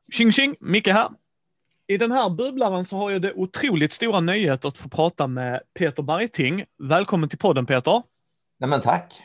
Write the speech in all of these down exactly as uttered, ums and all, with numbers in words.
Tjing tjing, Micke här. I den här bubblaren så har jag det otroligt stora nöjet att få prata med Peter Bergting. Välkommen till podden, Peter. Nej men tack.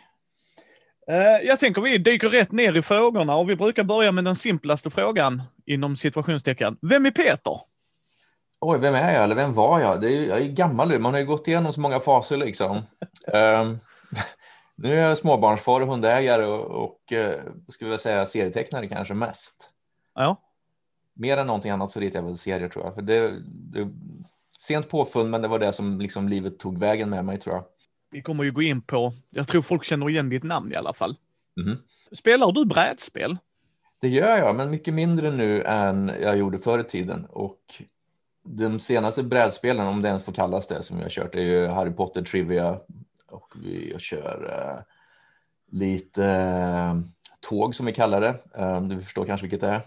Jag tänker vi dyker rätt ner i frågorna och vi brukar börja med den simplaste frågan inom situationstecken. Vem är Peter? Oj, vem är jag eller vem var jag? Det är, jag är gammal nu, man har ju gått igenom så många faser liksom. um, nu är jag småbarnsfar och hundägare och, och uh, skulle jag säga serietecknare kanske mest. Ja. Mer än någonting annat så ritar jag väl serier tror jag. För det, det sent påfund, men det var det som liksom livet tog vägen med mig tror jag. Vi kommer ju gå in på, jag tror folk känner igen ditt namn i alla fall. Mm-hmm. Spelar du brädspel? Det gör jag, men mycket mindre nu än jag gjorde förr i tiden. Och de senaste brädspelen, om det ens får kallas det, som jag har kört är ju Harry Potter Trivia. Och vi kör uh, lite uh, tåg som vi kallar det. Uh, du förstår kanske vilket det är.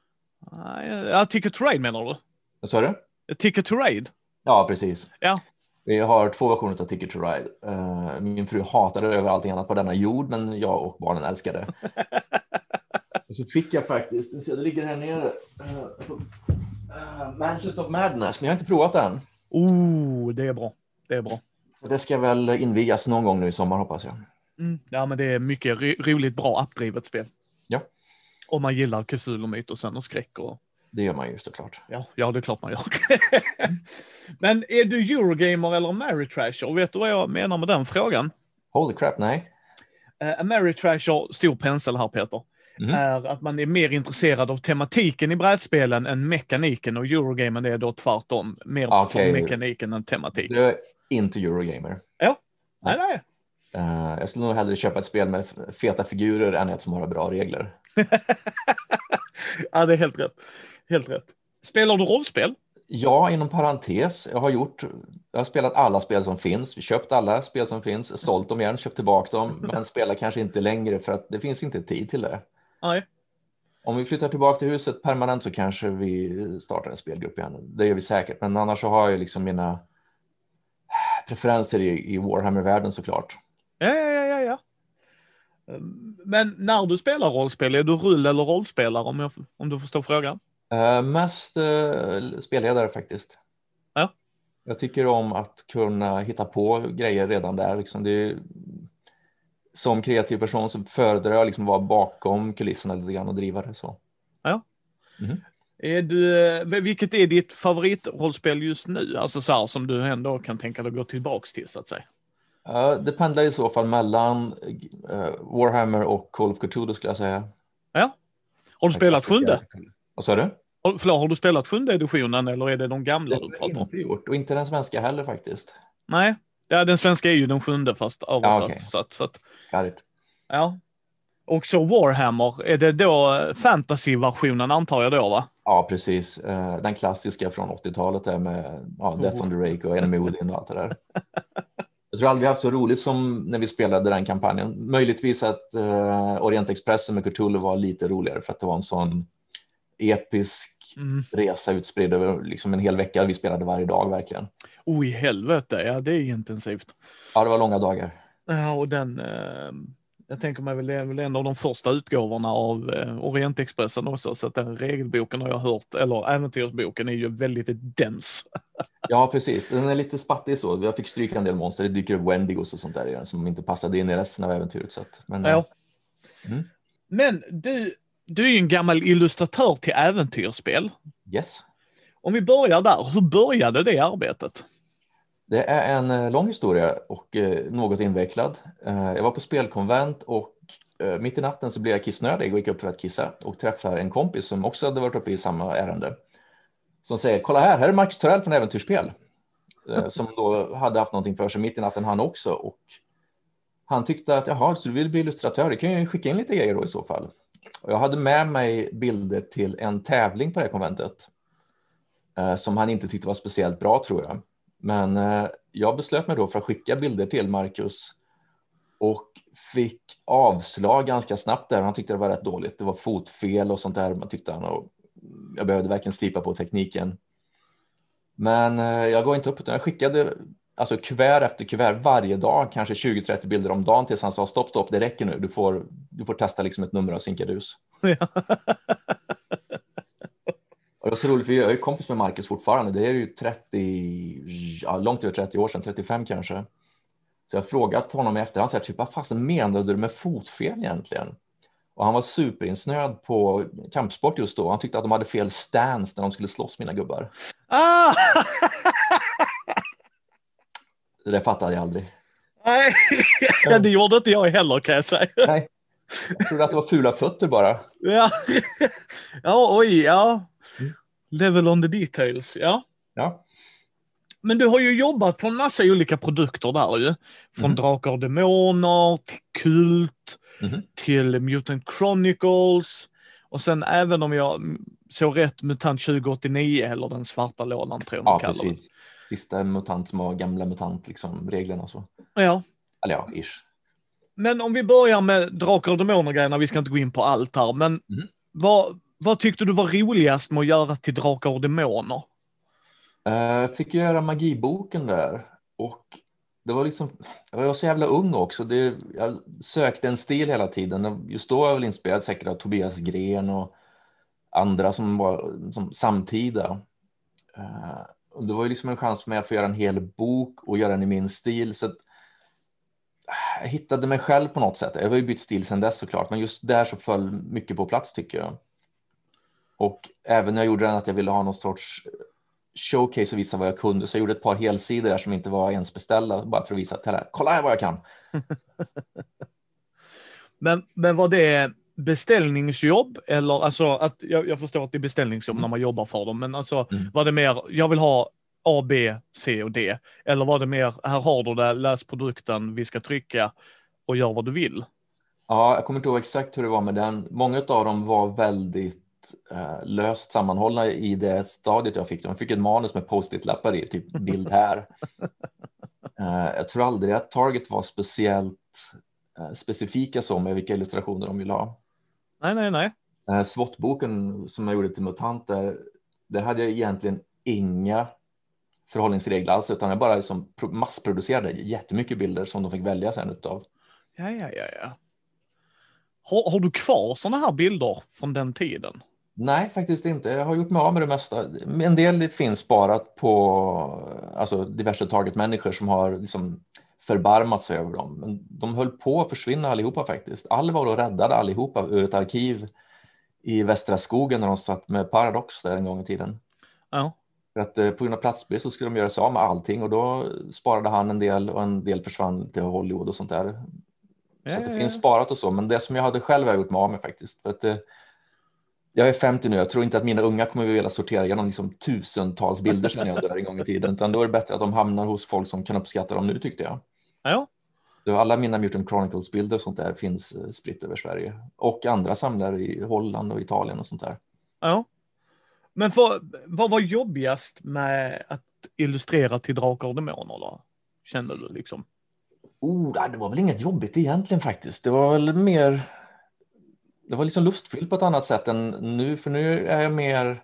Ja, Ticket to Ride menar du? Vad sa du? Ticket to Ride? Ja, precis. Ja. Vi har två versioner av Ticket to Ride. Uh, min fru hatade över allting annat på denna jord, men jag och barnen älskade det. Och så fick jag faktiskt, det ligger här nere, uh, uh, Mansions of Madness, men jag har inte provat den. Oh, det är bra. Det är bra. Så det ska väl invigas någon gång nu i sommar hoppas jag. Mm, ja, men det är mycket ro- roligt, bra appdrivet spel. Ja. Om man gillar Cthulhu-mytosen och skräck och... Det gör man ju såklart. Ja, ja, det är klart man gör. Men är du Eurogamer eller Ameritrasher? Vet du vad jag menar med den frågan? Holy crap, nej. Uh, Ameritrasher, stor pensel här Peter, mm. är att man är mer intresserad av tematiken i brädspelen än mekaniken, och Eurogamer är då tvärtom. Mer okay. för mekaniken än tematiken. Du är inte Eurogamer. Ja, nej, nej. Uh, jag skulle nog hellre köpa ett spel med feta figurer än ett som har bra regler. Ja, det är helt rätt. Helt rätt. Spelar du rollspel? Ja, inom parentes. Jag har gjort, jag har spelat alla spel som finns. Vi köpt alla spel som finns, sålt dem igen, köpt tillbaka dem, men spelar kanske inte längre för att det finns inte tid till det. Nej. Om vi flyttar tillbaka till huset permanent så kanske vi startar en spelgrupp igen. Det gör vi säkert, men annars så har jag liksom mina preferenser i, i Warhammer-världen såklart. Ja, ja, ja, ja. Men när du spelar rollspel, är du rull- eller rollspelare om, jag, om du förstår frågan? Uh, mest uh, spelledare faktiskt. Ja. Jag tycker om att kunna hitta på grejer redan där. Liksom det är, som kreativ person så föredrar jag liksom vara bakom kulisserna lite grann och driva det så. Ja. Mm. Är du, vilket är ditt favoritrollspel just nu? Alltså så här som du ändå kan tänka dig att gå tillbaks till så att säga. Uh, det pendlar i så fall mellan uh, Warhammer och Call of Cthulhu skulle jag säga. Ja. Har du spelat sjunde? Vad sa du? Har, förlåt, har du spelat sjunde editionen eller är det de gamla det du pratar om? Det har jag inte gjort och inte den svenska heller faktiskt. Nej, ja, den svenska är ju den sjunde fast översatt. Ja, okay. så att, så att, ja. Och så Warhammer, är det då fantasy-versionen antar jag då va? Ja, precis. Den klassiska från åttiotalet där med ja, Death oh. on the Rake och Enemy Within och allt det där. Jag tror aldrig vi haft så roligt som när vi spelade den kampanjen. Möjligtvis att uh, Orientexpressen med Cthulhu var lite roligare för att det var en sån episk mm. resa utspridd över liksom en hel vecka. Vi spelade varje dag verkligen. Oj, helvete. Ja, det är intensivt. Ja, det var långa dagar. Ja, och den... Uh, jag tänker mig väl det är väl en av de första utgåvorna av uh, Orientexpressen också. Så att den regelboken har jag hört, eller äventyrsboken är ju väldigt dens. Ja, precis. Den är lite spattig så. Jag fick stryka en del monster. Det dyker upp Wendigos och sånt där igen som inte passade in i resten av äventyret. Så att, men, ja. Mm. Men du, du är ju en gammal illustratör till äventyrsspel. Yes. Om vi börjar där, hur började det arbetet? Det är en lång historia och eh, något invecklad. Eh, jag var på spelkonvent och eh, mitt i natten så blev jag kissnödig och gick upp för att kissa och träffade en kompis som också hade varit uppe i samma ärende. Som säger, kolla här, här är Marcus Torell från Äventyrsspel. Eh, som då hade haft någonting för sig mitt i natten han också. Och han tyckte att, jaha, så du vill bli illustratör, det kan ju skicka in lite grejer då i så fall. Och jag hade med mig bilder till en tävling på det här konventet. Eh, som han inte tyckte var speciellt bra tror jag. Men eh, jag beslöt mig då för att skicka bilder till Marcus. Och fick avslag ganska snabbt där. Han tyckte det var rätt dåligt. Det var fotfel och sånt där. Man tyckte han och jag behövde verkligen slipa på tekniken. Men eh, jag går inte upp utan jag skickade alltså kuvert efter kuvert varje dag. Kanske tjugo trettio bilder om dagen tills han sa stopp, stopp, det räcker nu. Du får, du får testa liksom ett nummer av Sinkadus. Ja. var så roligt, för jag är kompis med Marcus fortfarande. Det är ju trettio, ja, långt över trettio år sedan, trettiofem kanske. Så jag har frågat honom i efterhand, så här, typ, vad fasen menade du med fotfel egentligen? Och han var superinsnöad på kampsport just då. Han tyckte att de hade fel stance när de skulle slåss, mina gubbar. Ah! Det där fattade jag aldrig. Nej, ja, det gjorde inte jag heller, kan jag säga. Nej, jag trodde att det var fula fötter bara. Ja, ja oj, ja. Level on the details, ja. Ja. Men du har ju jobbat på en massa olika produkter där ju. Från Mm. Drakar och Demoner till Kult Mm. till Mutant Chronicles. Och sen även om jag såg rätt, Mutant tjugo åttionio eller den svarta lådan tror jag man Ja, kallar det. precis. Sista mutant som var gamla mutant, liksom reglerna och så. Ja. Eller ja, ish. Men om vi börjar med Drakar och Demoner-grejerna, vi ska inte gå in på allt här, men Mm. vad, vad tyckte du var roligast med att göra till Drakar och Demoner? Jag fick göra magiboken där, och det var liksom, jag var så jävla ung också. Det, jag sökte en stil hela tiden. Just då var jag väl inspirerad säkert av Tobias Gren och andra som var som samtida. Och det var ju liksom en chans för mig att få göra en hel bok och göra den i min stil. Så att jag hittade mig själv på något sätt. Jag har ju bytt stil sedan dess såklart, men just där så föll mycket på plats tycker jag. Och även när jag gjorde den att jag ville ha någon sorts showcase och visa vad jag kunde, så jag gjorde ett par helsidor där som inte var ens beställda, bara för att visa att kolla här vad jag kan. men, men var det beställningsjobb eller alltså att jag, jag förstår att det är beställningsjobb mm. när man jobbar för dem, men alltså mm. var det mer jag vill ha A, B, C och D, eller var det mer här har du det, läs produkten, vi ska trycka och gör vad du vill? Ja, jag kommer inte ihåg exakt hur det var med den. Många av dem var väldigt uh, löst sammanhållna i det stadiet jag fick. Jag fick ett manus med post-it-lappar i, typ bild här. uh, jag tror aldrig att Target var speciellt uh, specifika så med vilka illustrationer de ville ha. Nej, nej, nej. Uh, SWOT-boken som jag gjorde till Mutanter, där hade jag egentligen inga förhållningsregler alls, utan jag bara liksom massproducerade jättemycket bilder som de fick välja sen utav. Ja, ja, ja, ja. Har, har du kvar sådana här bilder från den tiden? Nej, faktiskt inte. Jag har gjort mig av med det mesta. En del finns sparat på alltså, diverse Target-människor som har liksom förbarmat sig över dem. Men de höll på att försvinna allihopa faktiskt. Alvar och räddade allihopa ur ett arkiv i Västra skogen när de satt med Paradox där en gång i tiden. Ja. För att eh, på grund av platsbrist så skulle de göra sig av med allting, och då sparade han en del och en del försvann till Hollywood och sånt där. Så ja, att det ja, finns ja. sparat och så, men det som jag hade själv har jag gjort mig av med faktiskt. För att eh, jag är femtio nu, jag tror inte att mina unga kommer att vilja sortera igenom liksom tusentals bilder sedan jag dör en gång i tiden, utan då är det bättre att de hamnar hos folk som kan uppskatta dem nu, tyckte jag. Ja. Så alla mina Mutant Chronicles-bilder och sånt där finns eh, spritt över Sverige. Och andra samlare i Holland och Italien och sånt där. Ja. Men för, vad var jobbigast med att illustrera till Drakar och Demoner då? Kände du liksom? Oh, det var väl inget jobbigt egentligen faktiskt. Det var väl mer... Det var liksom lustfyllt på ett annat sätt än nu. För nu är jag mer...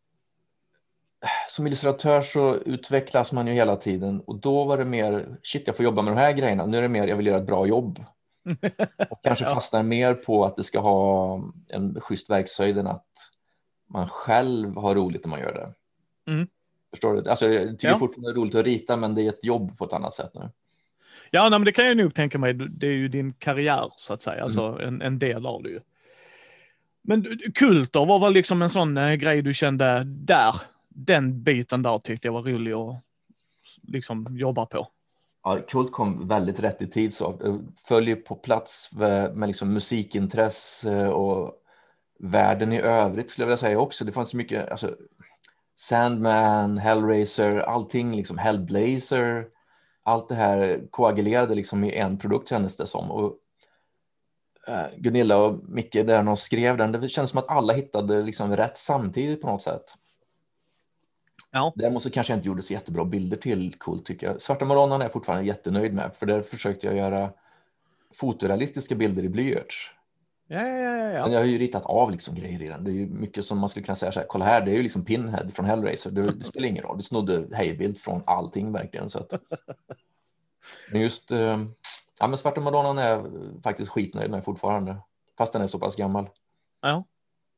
Som illustratör så utvecklas man ju hela tiden. Och då var det mer, shit jag får jobba med de här grejerna. Nu är det mer, jag vill göra ett bra jobb. Och kanske Ja. fastnar mer på att det ska ha en schysst verkshöjd än att man själv har roligt när man gör det. Mm. Förstår du? Alltså, jag tycker Ja. fortfarande det är roligt att rita, men det är ett jobb på ett annat sätt nu. Ja, nej, men det kan jag nog tänka mig. Det är ju din karriär så att säga. Alltså Mm. en, en del av det ju. Men du- Kult då, vad var liksom en sån eh, grej du kände där? Den biten där tyckte jag var rolig att liksom jobba på. Ja, Kult kom väldigt rätt i tid, så jag följer på plats med, med liksom musikintresse och världen i övrigt skulle jag vilja säga också. Det fanns så mycket, alltså Sandman, Hellraiser, allting liksom, Hellblazer, allt det här koagulerade liksom i en produkt kändes det som. Och uh, Gunilla och Micke där de skrev den, det kändes som att alla hittade liksom rätt samtidigt på något sätt. Ja. Däremot så kanske jag inte gjorde så jättebra bilder till Kult, tycker jag. Svarta Madonnan är jag fortfarande jättenöjd med, för där försökte jag göra fotorealistiska bilder i blyerts. Ja, ja, ja, ja. Men jag har ju ritat av liksom grejer i den. Det är ju mycket som man skulle kunna säga så här, kolla här, det är ju liksom Pinhead från Hellraiser. Det, det spelar ingen roll, det snodde hejbild från allting verkligen. Så att... Men just, eh, ja men Svarta Madonnan är faktiskt skitnöjd med fortfarande, fast den är så pass gammal. Ja.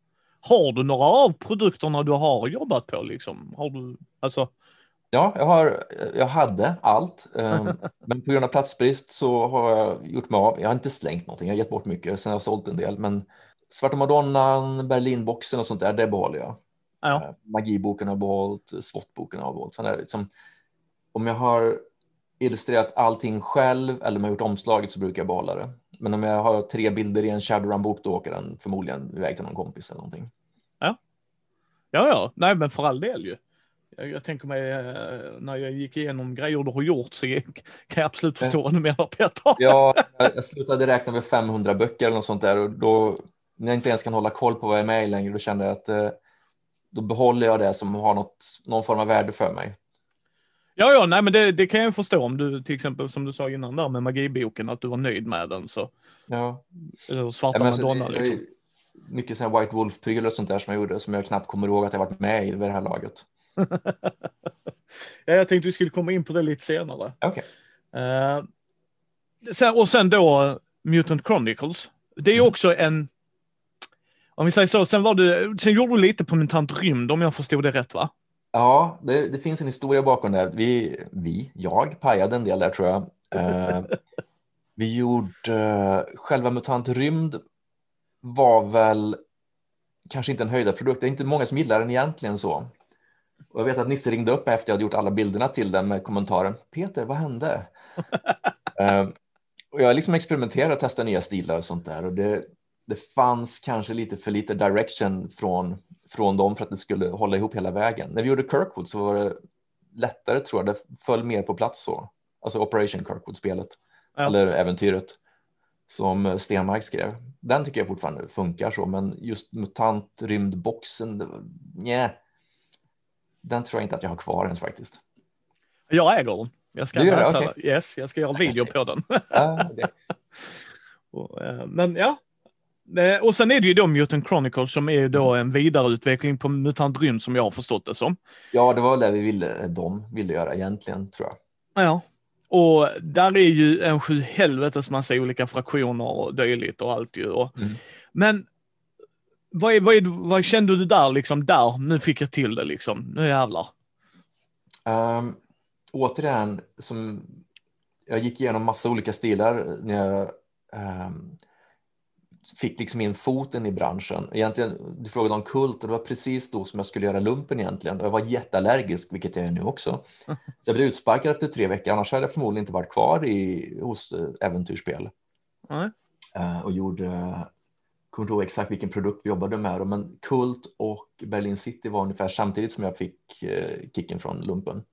Har du några av produkterna du har jobbat på liksom? Har du, alltså... Ja, jag, har, jag hade allt, um, men på grund av platsbrist så har jag gjort mig av. Jag har inte slängt någonting, jag har gett bort mycket, sen har jag sålt en del. Men Svarta Madonnan, Berlinboxen och sånt där, det behåller jag. Ja. Uh, Magiboken har behållit, SWOT-boken har behållit. Sån där, liksom, om jag har illustrerat allting själv eller om jag har gjort omslaget så brukar jag behålla det. Men om jag har tre bilder i en Shadowrun-bok då åker den förmodligen iväg till någon kompis eller någonting. Ja, ja, ja. Nej, men för all del ju. Jag, jag tänker mig, när jag gick igenom grejer du har gjort så kan jag absolut förstå vad du menar, Peter. Ja, jag slutade räkna med femhundra böcker eller något sånt där och då, när jag inte ens kan hålla koll på vad jag är med i längre, då kände jag att då behåller jag det som har något, någon form av värde för mig. Ja, ja, nej men det, det kan jag förstå om du till exempel som du sa innan där med magiboken att du var nöjd med den så. Ja. Eller Svarta ja, Madonna alltså, liksom. Mycket sån White Wolf-prylar och sånt där som jag gjorde som jag knappt kommer ihåg att jag varit med i vid det här laget. Ja, jag tänkte vi skulle komma in på det lite senare. Okej. Okay. Uh, sen, och sen då Mutant Chronicles. Det är mm. också en, om vi säger så, sen var du, sen gjorde du lite på Mutant Rymd om jag förstod det rätt, va? Ja, det, det finns en historia bakom det. Vi, vi, jag pajade en del där tror jag. Uh, vi gjorde, uh, själva Mutant Rymd var väl kanske inte en höjdarprodukt. Det är inte många som gillar den egentligen så. Och jag vet att Nisse ringde upp efter att jag hade gjort alla bilderna till den med kommentaren: Peter, vad hände? uh, och jag liksom experimenterade och testade nya stilar och sånt där. Och det, det fanns kanske lite för lite direction från, från dem för att det skulle hålla ihop hela vägen. När vi gjorde Kirkwood så var det lättare tror jag. Det föll mer på plats så. Alltså Operation Kirkwood-spelet. Ja. Eller äventyret som Stenmark skrev. Den tycker jag fortfarande funkar så. Men just Mutant Rymdboxen, nej. Den tror jag inte att jag har kvar ens faktiskt. Jag äger den. Jag ska, läsa, okay. yes, jag ska göra video på den. ah, okay. och, men ja. Och sen är det ju då Mutant Chronicles som är då en vidareutveckling på Mutant Rymd som jag har förstått det som. Ja, det var det vi ville, de ville göra egentligen tror jag. Ja. Och där är ju en sju helvetes massa olika fraktioner och dylikt och allt ju. Och, mm. Men vad, är, vad, är, vad kände du där liksom? Där, nu fick jag till det liksom. Nu jävlar. Um, återigen, som jag gick igenom massa olika stilar när jag um, fick liksom in foten i branschen. Egentligen, du frågade om kult och det var precis då som jag skulle göra lumpen egentligen. Jag var jätteallergisk, vilket jag är nu också. Så jag blev utsparkad efter tre veckor, annars hade jag förmodligen inte varit kvar i, hos äventyrsspel. Mm. Uh, och gjorde, kommer inte ihåg exakt vilken produkt vi jobbade med, men Kult och Berlin City var ungefär samtidigt som jag fick uh, kicken från lumpen.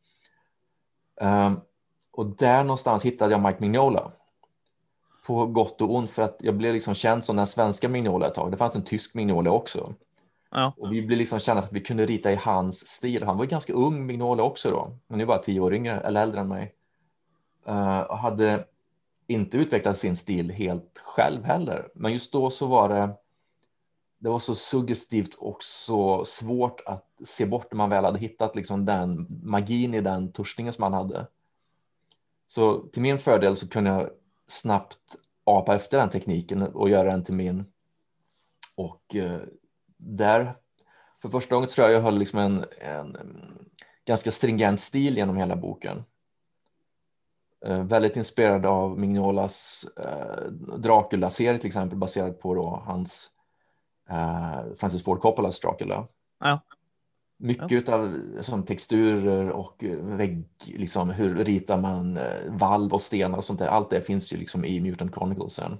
Uh, och där någonstans hittade jag Mike Mignola. På gott och ont för att jag blev liksom känd som den svenska Mignola ett tag. Det fanns en tysk Mignola också. Ja. Och vi blev liksom kända att vi kunde rita i hans stil. Han var ju ganska ung Mignola också då. Han är bara tio år yngre eller äldre än mig. Uh, och hade inte utvecklat sin stil helt själv heller. Men just då så var det det var så suggestivt och så svårt att se bort när man väl hade hittat liksom den magin i den tuschningen som man hade. Så till min fördel så kunde jag snabbt apa efter den tekniken och göra den till min. Och eh, där för första gången tror jag jag höll liksom en, en, en ganska stringent stil genom hela boken. Eh, väldigt inspirerad av Mignolas eh, Dracula-serie till exempel, baserad på då hans eh, Francis Ford Coppolas Dracula. Ja. Mycket ja. av som texturer och vägg, liksom, hur ritar man eh, valv och stenar och sånt där. Allt det finns ju liksom i Mutant Chronicles sen.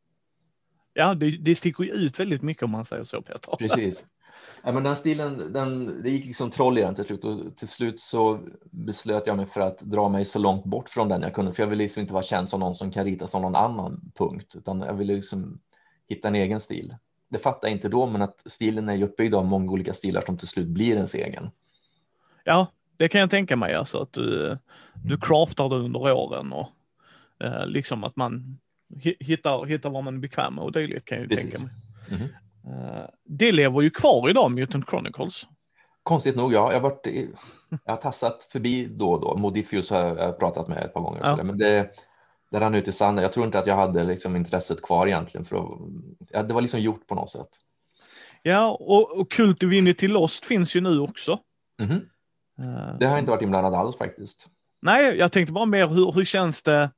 Ja, det, det sticker ju ut väldigt mycket om man säger så, Peter. Precis. Ja, men den stilen, den, det gick liksom troll i den till slut. Och till slut så beslöt jag mig för att dra mig så långt bort från den jag kunde. För jag ville liksom inte vara känd som någon som kan rita som någon annan punkt. Utan jag ville liksom hitta en egen stil. Det fattar jag inte då, men att stilen är ju uppbyggd av många olika stilar som till slut blir ens egen. Ja, det kan jag tänka mig. Alltså att du, du craftar det under åren och eh, liksom att man hittar, hittar vad man är bekväm med och det kan jag ju Precis. tänka mig. Mm-hmm. Eh, det lever ju kvar idag, Mutant Chronicles. Konstigt nog, ja. Jag har, varit, jag har tassat förbi då och då. Modifius har jag pratat med ett par gånger. Ja. Men det, det rann ut i sanden. Jag tror inte att jag hade liksom intresset kvar egentligen. För att, ja, det var liksom gjort på något sätt. Ja, och, och Cult Divinity Lost finns ju nu också. Mm-hmm. Uh, det har som... inte varit inblandad alls faktiskt. Nej, jag tänkte bara mer, hur, hur känns det?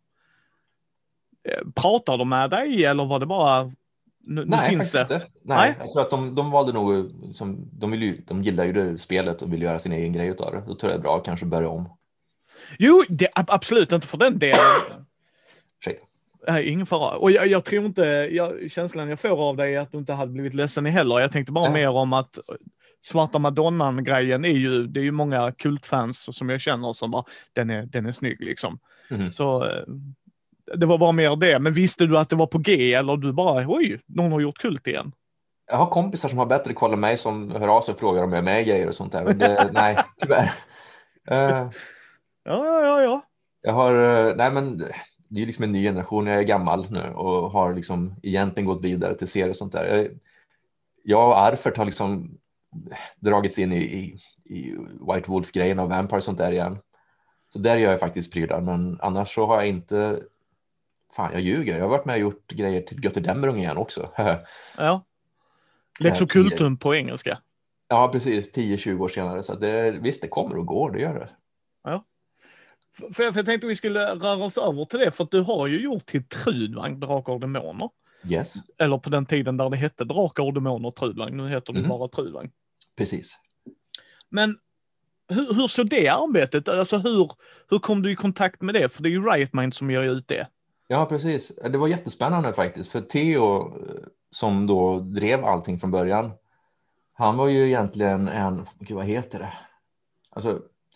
Pratar de med dig eller var det bara, nu, Nej, nu finns faktiskt det? inte. Nej, Nej, jag tror att de, de valde nog, som, de, vill ju, de gillar ju det spelet och vill göra sin egen grej utav det. Då tror jag det är bra att kanske börja om. Jo, det, absolut inte för den delen. Ursäkta. Nej, ingen fara. Och jag, jag tror inte, jag, känslan jag får av dig är att du inte hade blivit ledsen heller. Jag tänkte bara äh. mer om att Svarta Madonnan-grejen är ju, det är ju många kultfans som jag känner som bara, den är, den är snygg liksom. Mm. Så det var bara mer det. Men visste du att det var på G eller du bara, oj, någon har gjort kult igen? Jag har kompisar som har bättre koll än mig som hör av sig och frågar om jag är med i grejer och sånt där. Men det, nej, tyvärr. Uh, ja, ja, ja, ja. Jag har, uh, nej men det är liksom en ny generation. Jag är gammal nu och har liksom egentligen gått vidare till serier och sånt där. Jag, jag och Arfert har liksom dragits in i, i, i White Wolf-grejen och Vampire och sånt där igen. Så där gör jag faktiskt prylar, men annars så har jag inte, fan jag ljuger, jag har varit med och gjort grejer till Götterdämmerung igen också. Ja. Lex Occultum på engelska. Ja, precis, tio tjugo år senare, så det, visst det kommer och går, det gör det. Ja. För jag, för jag tänkte vi skulle röra oss över till det, för att du har ju gjort till Trudvang, Drakar och Demoner. Yes. Eller på den tiden där det hette Drakar och Demoner Trudvang, nu heter det mm. bara Trudvang. Precis. Men hur, hur såg det arbetet? Alltså hur, hur kom du i kontakt med det? För det är ju Riot Mind som gör ut det. Ja, precis. Det var jättespännande faktiskt. För Theo, som då drev allting från början, han var ju egentligen en, gud, vad heter det? Alltså,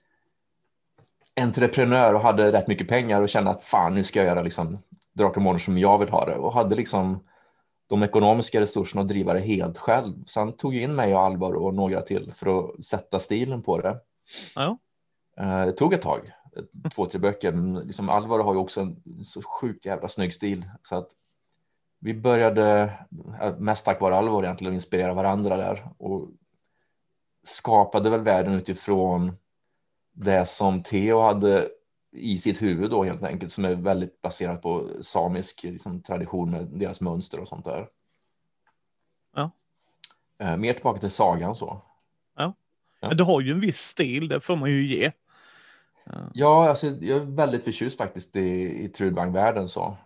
entreprenör och hade rätt mycket pengar och kände att fan, nu ska jag göra liksom Drakar och Demoner som jag vill ha det. Och hade liksom de ekonomiska resurserna att driva det helt själv. Så han tog in mig och Alvar och några till för att sätta stilen på det. Ja. Det tog ett tag, två, tre böcker. Men liksom Alvar har ju också en så sjukt jävla snygg stil. Så att vi började, mest tack vare Alvar egentligen, inspirera varandra där. Och skapade väl världen utifrån det som Theo hade i sitt huvud då helt enkelt. Som är väldigt baserat på samisk liksom, tradition med deras mönster och sånt där. Ja. Eh, mer tillbaka till sagan så. Ja. Ja. Du har ju en viss stil, det får man ju ge. Ja, ja alltså, jag är väldigt förtjust faktiskt i, i Trudvang-världen så.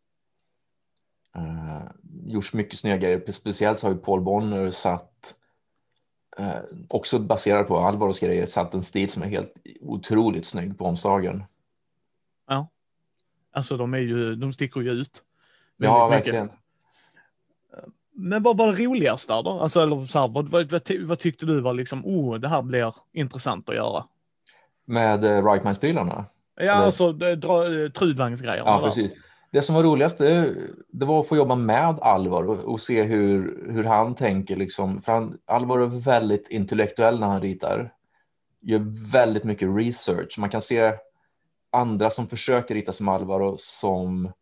Uh, gjorts mycket snygga grejer. Speciellt så har ju Paul Bonner satt, uh, också baserat på Alvaros grejer, satt en stil som är helt otroligt snygg på omslagen. Ja. Alltså de är ju, de sticker ju ut. Ja, verkligen. Mycket. Men vad var det roligaste då? Alltså, eller så här, vad, vad, vad, vad tyckte du var liksom, oh, det här blir intressant att göra? Med uh, Right Minds-prylarna? Ja, eller? Alltså Trudvagnsgrejerna. Ja, precis. Där. Det som var roligast, det, det var att få jobba med Alvar och, och se hur, hur han tänker. Liksom. För han, Alvar är väldigt intellektuell när han ritar. Gör väldigt mycket research. Man kan se andra som försöker rita som Alvar och som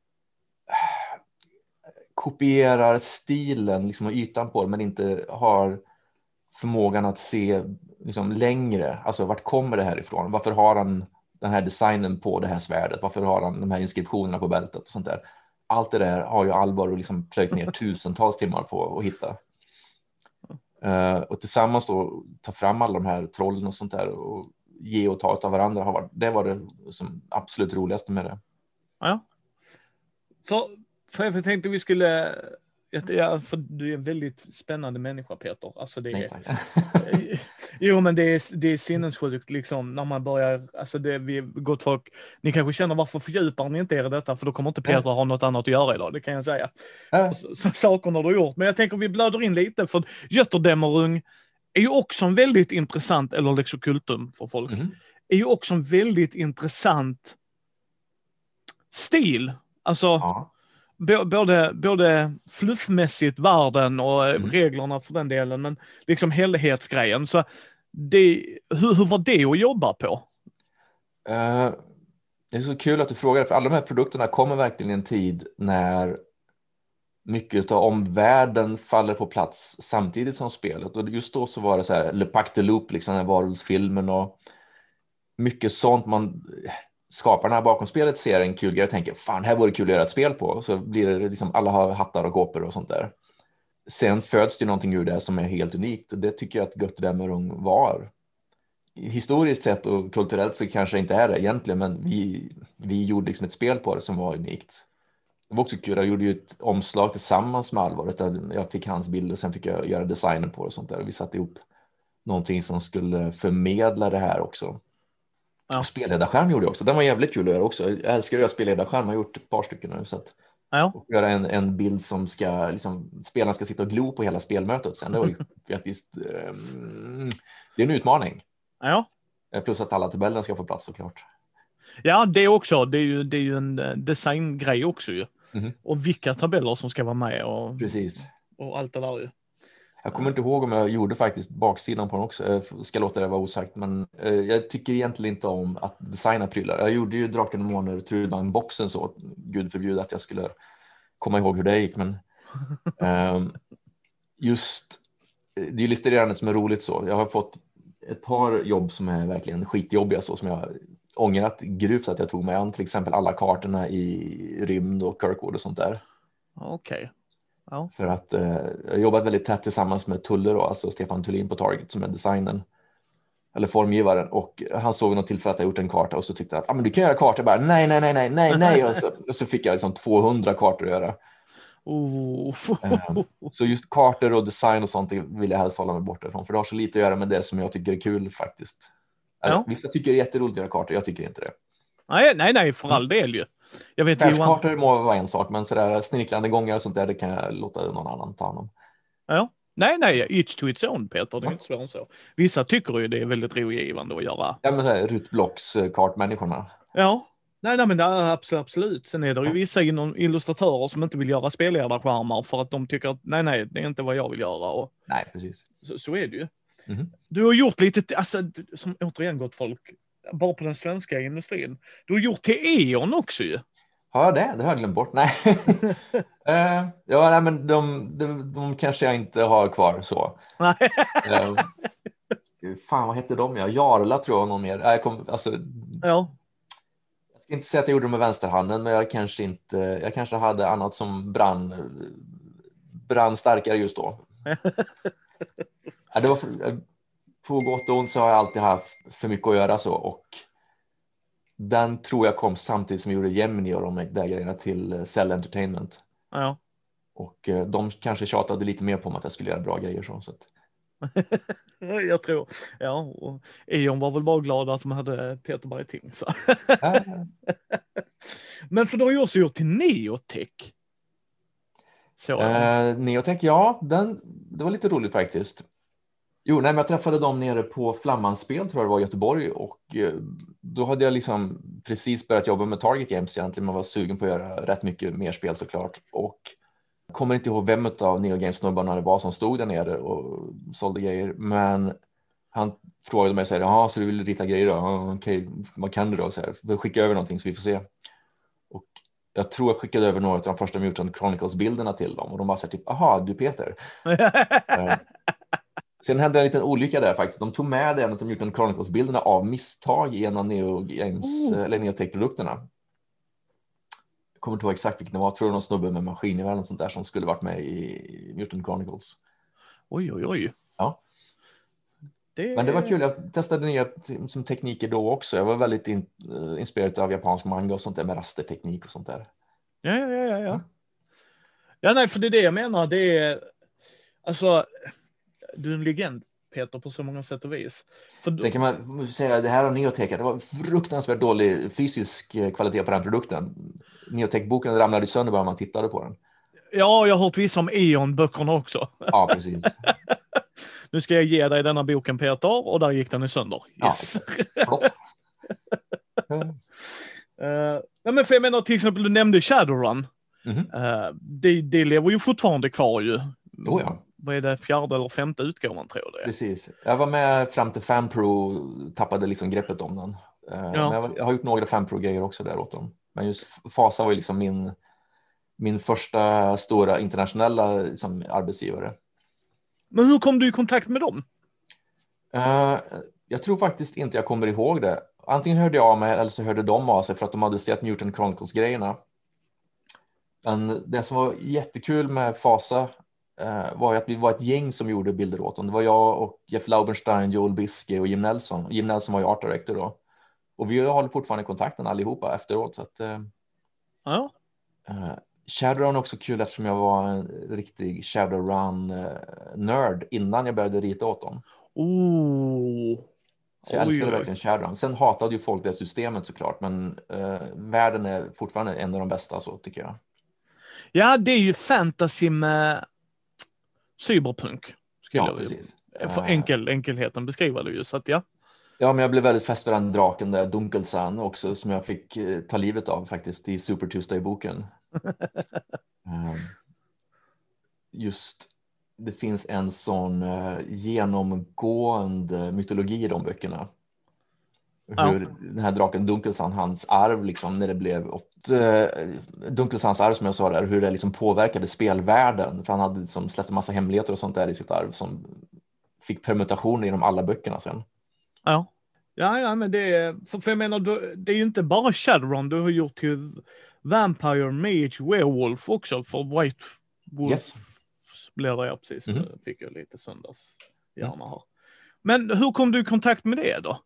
kopierar stilen liksom, och ytan på det, men inte har förmågan att se liksom, längre. Alltså vart kommer det här ifrån? Varför har han den här designen på det här svärdet? Varför har han de här inskriptionerna på bältet och sånt där? Allt det där har ju Alvar och liksom plöjt ner tusentals timmar på att hitta. Uh, och tillsammans då ta fram alla de här trollen och sånt där och ge och ta av varandra. Har varit, det var det som absolut roligaste med det. Ja. För, för jag tänkte vi skulle... Ja, för du är en väldigt spännande människa, Peter. Alltså det är, Nej, jo, men det är, det är sinnessjukt liksom när man börjar, alltså det vi gott folk, ni kanske känner varför fördjupar ni inte er i detta, för då kommer inte Peter ja. ha något annat att göra idag, det kan jag säga. Ja. Så, så, sakerna du har gjort, men jag tänker vi blöder in lite, för Götterdämmerung är ju också en väldigt intressant, eller Lex Occultum för folk, mm. är ju också en väldigt intressant stil. Alltså ja. Både, både fluffmässigt, världen och mm. reglerna för den delen, men liksom helhetsgrejen. Så det, hur, hur var det att jobba på? Uh, det är så kul att du frågar, för alla de här produkterna kommer verkligen i en tid när mycket av omvärlden faller på plats samtidigt som spelet. Och just då så var det så här, Le Pacte de Loup, liksom den här varulvsfilmen och mycket sånt man... Skaparna bakom spelet ser en kul grej och tänker fan, här vore kul att göra ett spel på. Så blir det liksom, alla har hattar och gåpor och sånt där. sen föds det någonting ur det som är helt unikt. Och det tycker jag att Götterdämmerung var. Historiskt sett och kulturellt så kanske det inte är det egentligen, men vi, vi gjorde liksom ett spel på det som var unikt. Det var också kul, jag gjorde ju ett omslag tillsammans med Alvaret. Jag fick hans bild och sen fick jag göra designen på det och sånt där. Vi satte ihop någonting som skulle förmedla det här också. Ja. Och spelledarskärm gjorde jag också. Den var jävligt kul att göra också. Jag älskar att göra spelledarskärm. Jag har gjort ett par stycken nu. Så att, ja. Och göra en, en bild som ska, liksom, spelarna ska sitta och glo på hela spelmötet. Sen det var ju faktiskt, um, det är en utmaning. Ja. Plus att alla tabeller ska få plats såklart. Ja, det också. Det är ju, det är ju en designgrej också ju. Mm-hmm. Och vilka tabeller som ska vara med och, Precis. och allt det där ju. Jag kommer inte ihåg om jag gjorde faktiskt baksidan på den också. Jag ska låta det vara osagt. Men eh, jag tycker egentligen inte om att designa prylar. Jag gjorde ju Draken och Måner Trudvagn-boxen så. Gud förbjude att jag skulle komma ihåg hur det gick. Men eh, just det är illustrerande som är roligt så. Jag har fått ett par jobb som är verkligen skitjobbiga så. Som jag ångrat grovt att jag tog mig an. Till exempel alla kartorna i Rymd och Kirkwood och sånt där. Okej. Okay. Ja. För att eh, jag har jobbat väldigt tätt tillsammans med Tulle då, alltså Stefan Tullin på Target som är designen eller formgivaren, och han såg något tillfälle att jag gjort en karta och så tyckte han att ah, men du kan göra kartor bara nej nej nej nej nej nej och så, och så fick jag liksom tvåhundra kartor att göra. Oh. um, så just kartor och design och sånt vill jag helst hålla mig borta ifrån, för det har så lite att göra med det som jag tycker är kul faktiskt. Ja. Vissa tycker det är jätteroligt att göra kartor, jag tycker inte det. Nej, nej, nej, för all del ju. Jag vet ju. Världskartor må vara en sak, men sådär snirklande gånger och sånt där, det kan jag låta någon annan ta hand om. Ja, nej, nej, each to its own, Peter, det är ja. Inte svårare än så. Vissa tycker ju det är väldigt rogivande att göra. Ja, men såhär Rutblocks kartmänniskorna. Ja, nej, nej, men det är absolut, absolut. Sen är det ju ja. Vissa inom illustratörer som inte vill göra spelledarskärmar för att de tycker att nej, nej, det är inte vad jag vill göra. Och nej, precis. Så, så är det ju. Mm-hmm. Du har gjort lite, alltså, som återigen gott folk, bara på den svenska industrin. Du har gjort till E.ON också ju. Har jag det? Det har jag glömt bort. Nej. uh, ja, nej, men de, de, de kanske jag inte har kvar så. uh, fan, vad hette de? Ja? Jarla tror jag någon mer. Jag, kom, alltså, ja. jag ska inte säga att jag gjorde det med vänsterhanden, men jag kanske inte, jag kanske hade annat som brann, brann starkare just då. ja, det var för, på gott och ont så har jag alltid haft för mycket att göra så, och den tror jag kom samtidigt som jag gjorde Gemini och de där grejerna till Cell Entertainment. Ja. Och de kanske tjatade lite mer på mig att jag skulle göra bra grejer. Så, så att... jag tror, ja. Och E.ON var väl bara glada att de hade Peter Bergting. Så. Ja. Men för då har ju också gjort till Neotech. Så. Eh, Neotech, ja. Den, det var lite roligt faktiskt. Jo, nej, men jag träffade dem nere på Flammanspel, tror jag det var i Göteborg, och eh, då hade jag liksom precis börjat jobba med Target Games egentligen. Man var sugen på att göra rätt mycket mer spel såklart, och jag kommer inte ihåg vem av Neo Games-snubbarna det var som stod där nere och sålde grejer, men han frågade mig och sa, ja, så du vill rita grejer då? Ja, okej, vad kan du då? Så här, då skickar jag över någonting så vi får se. Och jag tror jag skickade över några av de första Mutant Chronicles-bilderna till dem, och de var så här typ, aha, du Peter. uh, Sen hände en liten olycka där faktiskt. De tog med en av de Mutant Chronicles-bilderna av misstag i en av Neo Games, mm. eller Neotech-produkterna. Jag kommer inte ihåg exakt vilken det var. Jag tror det var någon snubbe med maskingevär eller något sånt där som skulle varit med i Mutant Chronicles. Oj, oj, oj. Ja. Det... Men det var kul. Jag testade nya som tekniker då också. Jag var väldigt in, uh, inspirerad av japansk manga och sånt där med rasterteknik och sånt där. Ja, ja, ja, ja. Ja, ja nej, för det är det jag menar. Det är, alltså... Du är en legend, Peter, på så många sätt och vis. För... Sen kan man säga att det här av Neotech, det var fruktansvärt dålig fysisk kvalitet på den produkten. Neotech-boken ramlade sönder bara man tittade på den. Ja, jag har hört vissa om E.ON-böckerna också. Ja, precis. Nu ska jag ge dig denna boken, Peter, och där gick den i sönder. Yes. Ja, uh, nej, men för jag menar, till exempel, du nämnde Shadowrun. Mm-hmm. Uh, det, det lever ju fortfarande kvar ju. Oh, ja. Vad är det, fjärde eller femte utgåvan, tror jag det är. Precis. Jag var med fram till FanPro, tappade liksom greppet om den. Ja. Men jag har gjort några FanPro-grejer också där åt dem. Men just Fasa var ju liksom min, min första stora internationella liksom, arbetsgivare. Men hur kom du i kontakt med dem? Uh, jag tror faktiskt inte jag kommer ihåg det. Antingen hörde jag av mig eller så hörde de av sig för att de hade sett Mutant Chronicles-grejerna. Men det som var jättekul med Fasa uh, var ju att vi var ett gäng som gjorde bilder åt dem. Det var jag och Jeff Laubenstein, Joel Biske och Jim Nelson. Jim Nelson var ju art director då. Och vi håller fortfarande kontakten allihopa efteråt. Så att, uh, ja. uh, Shadowrun är också kul eftersom jag var en riktig Shadowrun-nörd uh, innan jag började rita åt dem. Oh. Så jag älskade verkligen Shadowrun. Sen hatade ju folk det systemet såklart, men uh, världen är fortfarande en av de bästa, så tycker jag. Ja, det är ju fantasy med cyberpunk. Skulle Ja, jag precis. För enkel, enkelheten beskriva det ju, så att ja. Ja, men jag blev väldigt fäst vid den draken där, Dunkelsan också, som jag fick uh, ta livet av faktiskt i Super Tuesday-boken. um, just, det finns en sån uh, genomgående mytologi i de böckerna. Hur ja. Den här draken Dunkelsan, hans arv liksom, när det blev åt, uh, Dunkelsans arv som jag sa där, hur det liksom påverkade spelvärlden, för han hade liksom släppt en massa hemligheter och sånt där i sitt arv som fick permutationer genom alla böckerna sen. Ja, ja, ja men det är, för, för jag menar, du, det är ju inte bara Shadowrun du har gjort till Vampire, Mage, Werewolf också, för White Wolf yes. Blev det, ja, precis. Mm-hmm. Fick jag lite söndags gärna här. Men hur kom du i kontakt med det då?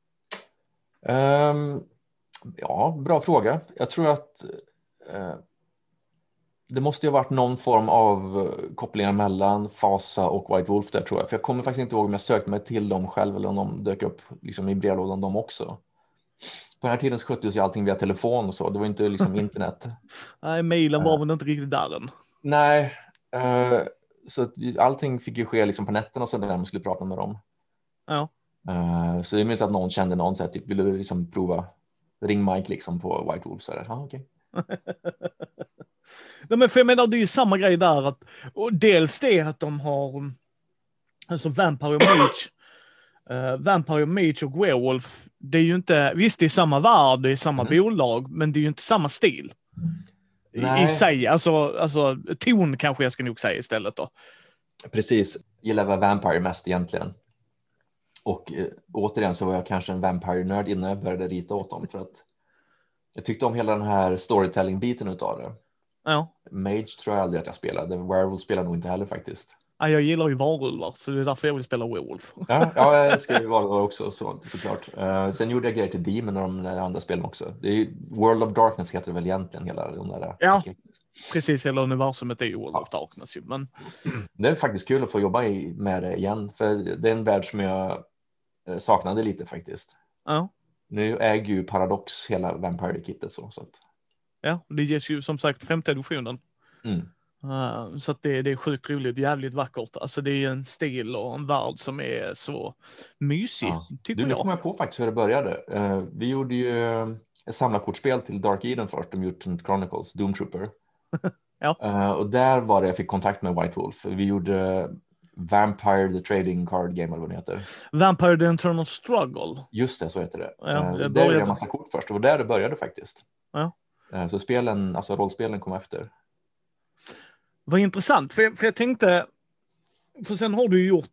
Um, ja, bra fråga. Jag tror att uh, det måste ju ha varit någon form av uh, kopplingar mellan Fasa och White Wolf där, tror jag. För jag kommer faktiskt inte ihåg om jag sökte mig till dem själv eller om de dök upp liksom, i brevlådan de också. På den här tiden sköttes ju allting via telefon och så. Det var inte liksom internet. Nej, mejlen var uh, väl inte riktigt där än. Nej, uh, så allting fick ju ske liksom på nätten och så där man skulle prata med dem. Ja. Uh, så det är minst att någon kände någon så här, typ ville du liksom prova ring Mike liksom på White Wolf så där. Ja, okej. Okay. Nej, men för jag menar, det är ju samma grej där att, och dels det att de har alltså Vampire Mage uh, Vampire Mage och Werewolf, det är ju inte, visst det är samma värld, det är samma mm. bolag, men det är ju inte samma stil. I, i sig, alltså, alltså ton kanske jag ska nog säga istället då. Precis, jag gillar Vampire mest egentligen. Och eh, återigen så var jag kanske en Vampire-nörd innan jag började rita åt dem, för att jag tyckte om hela den här storytelling-biten utav det. Ja. Mage tror jag aldrig att jag spelade. Werewolf spelar nog inte heller faktiskt. Ja, jag gillar ju varulvar, så det är därför jag vill spela Werewolf. Ja, ja jag älskar ju varulvar också, så, såklart. Uh, sen gjorde jag grejer till Demon och de andra spelen också. Det är ju, World of Darkness heter det väl egentligen, hela de där. Ja, precis. Hela universumet är ju World ja. of Darkness. Men... Det är faktiskt kul att få jobba i, med det igen, för det är en värld som jag uh, saknade lite faktiskt. Ja. Nu äger ju Paradox hela Vampire-kittet så, så att... Ja, det ges ju som sagt femte editionen. Mm. Uh, så att det, det är sjukt roligt, jävligt vackert. Alltså det är en stil och en värld som är så mysig, ja. tycker du, nu jag. kommer jag på faktiskt hur det började. Uh, vi gjorde ju ett samlarkortspel till Dark Eden först, om Mutant Chronicles, Doom Trooper. Ja. Uh, och där var det jag fick kontakt med White Wolf. Vi gjorde Vampire the Trading Card Game, eller vad det heter. Vampire the Eternal Struggle. Just det, så heter det. Ja, uh, där gjorde jag en massa kort först, det var där det började faktiskt. Ja. Uh, så spelen, alltså rollspelen kom efter. Vad intressant, för jag, för jag tänkte, för sen har du gjort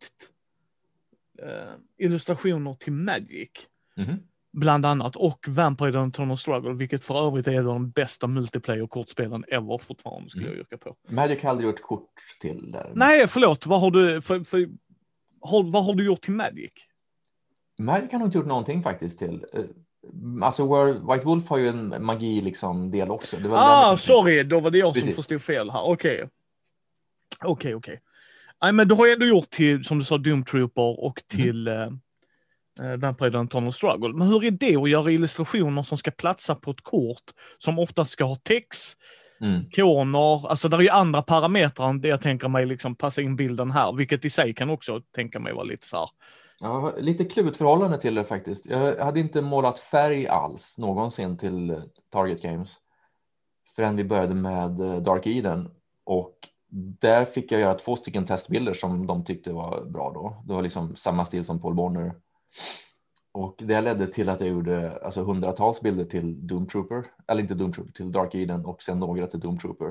uh, illustrationer till Magic, mm-hmm. bland annat, och Vampire the Eternal Struggle, vilket för övrigt är en av de bästa multiplayer-kortspelen ever fortfarande, skulle mm. jag yrka på. Magic har aldrig gjort kort till där. Nej, förlåt, vad har du, för, för, har, vad har du gjort till Magic? Magic har nog inte gjort någonting faktiskt till... Uh, Alltså White Wolf har ju en magi liksom del också. Det var ah, sorry, då var det jag Precis. som förstod fel här. Okej. Okay. Okej, okay, okej. Okay. Nej, men du har ju ändå gjort till, som du sa, Doom Trooper och till mm. uh, Vampire the Eternal Struggle. Men hur är det att göra illustrationer som ska platsa på ett kort som ofta ska ha text, mm. koner, alltså där är ju andra parametrar än det jag tänker mig liksom passa in bilden här, vilket i sig kan också tänka mig vara lite så här. Ja, lite kluvigt förhållande till det faktiskt. Jag hade inte målat färg alls någonsin till Target Games förrän vi började med Dark Eden, och där fick jag göra två stycken testbilder som de tyckte var bra då. Det var liksom samma stil som Paul Bonner, och det ledde till att jag gjorde alltså hundratals bilder till Doom Trooper, eller inte Doom Trooper, till Dark Eden, och sen några till Doom Trooper.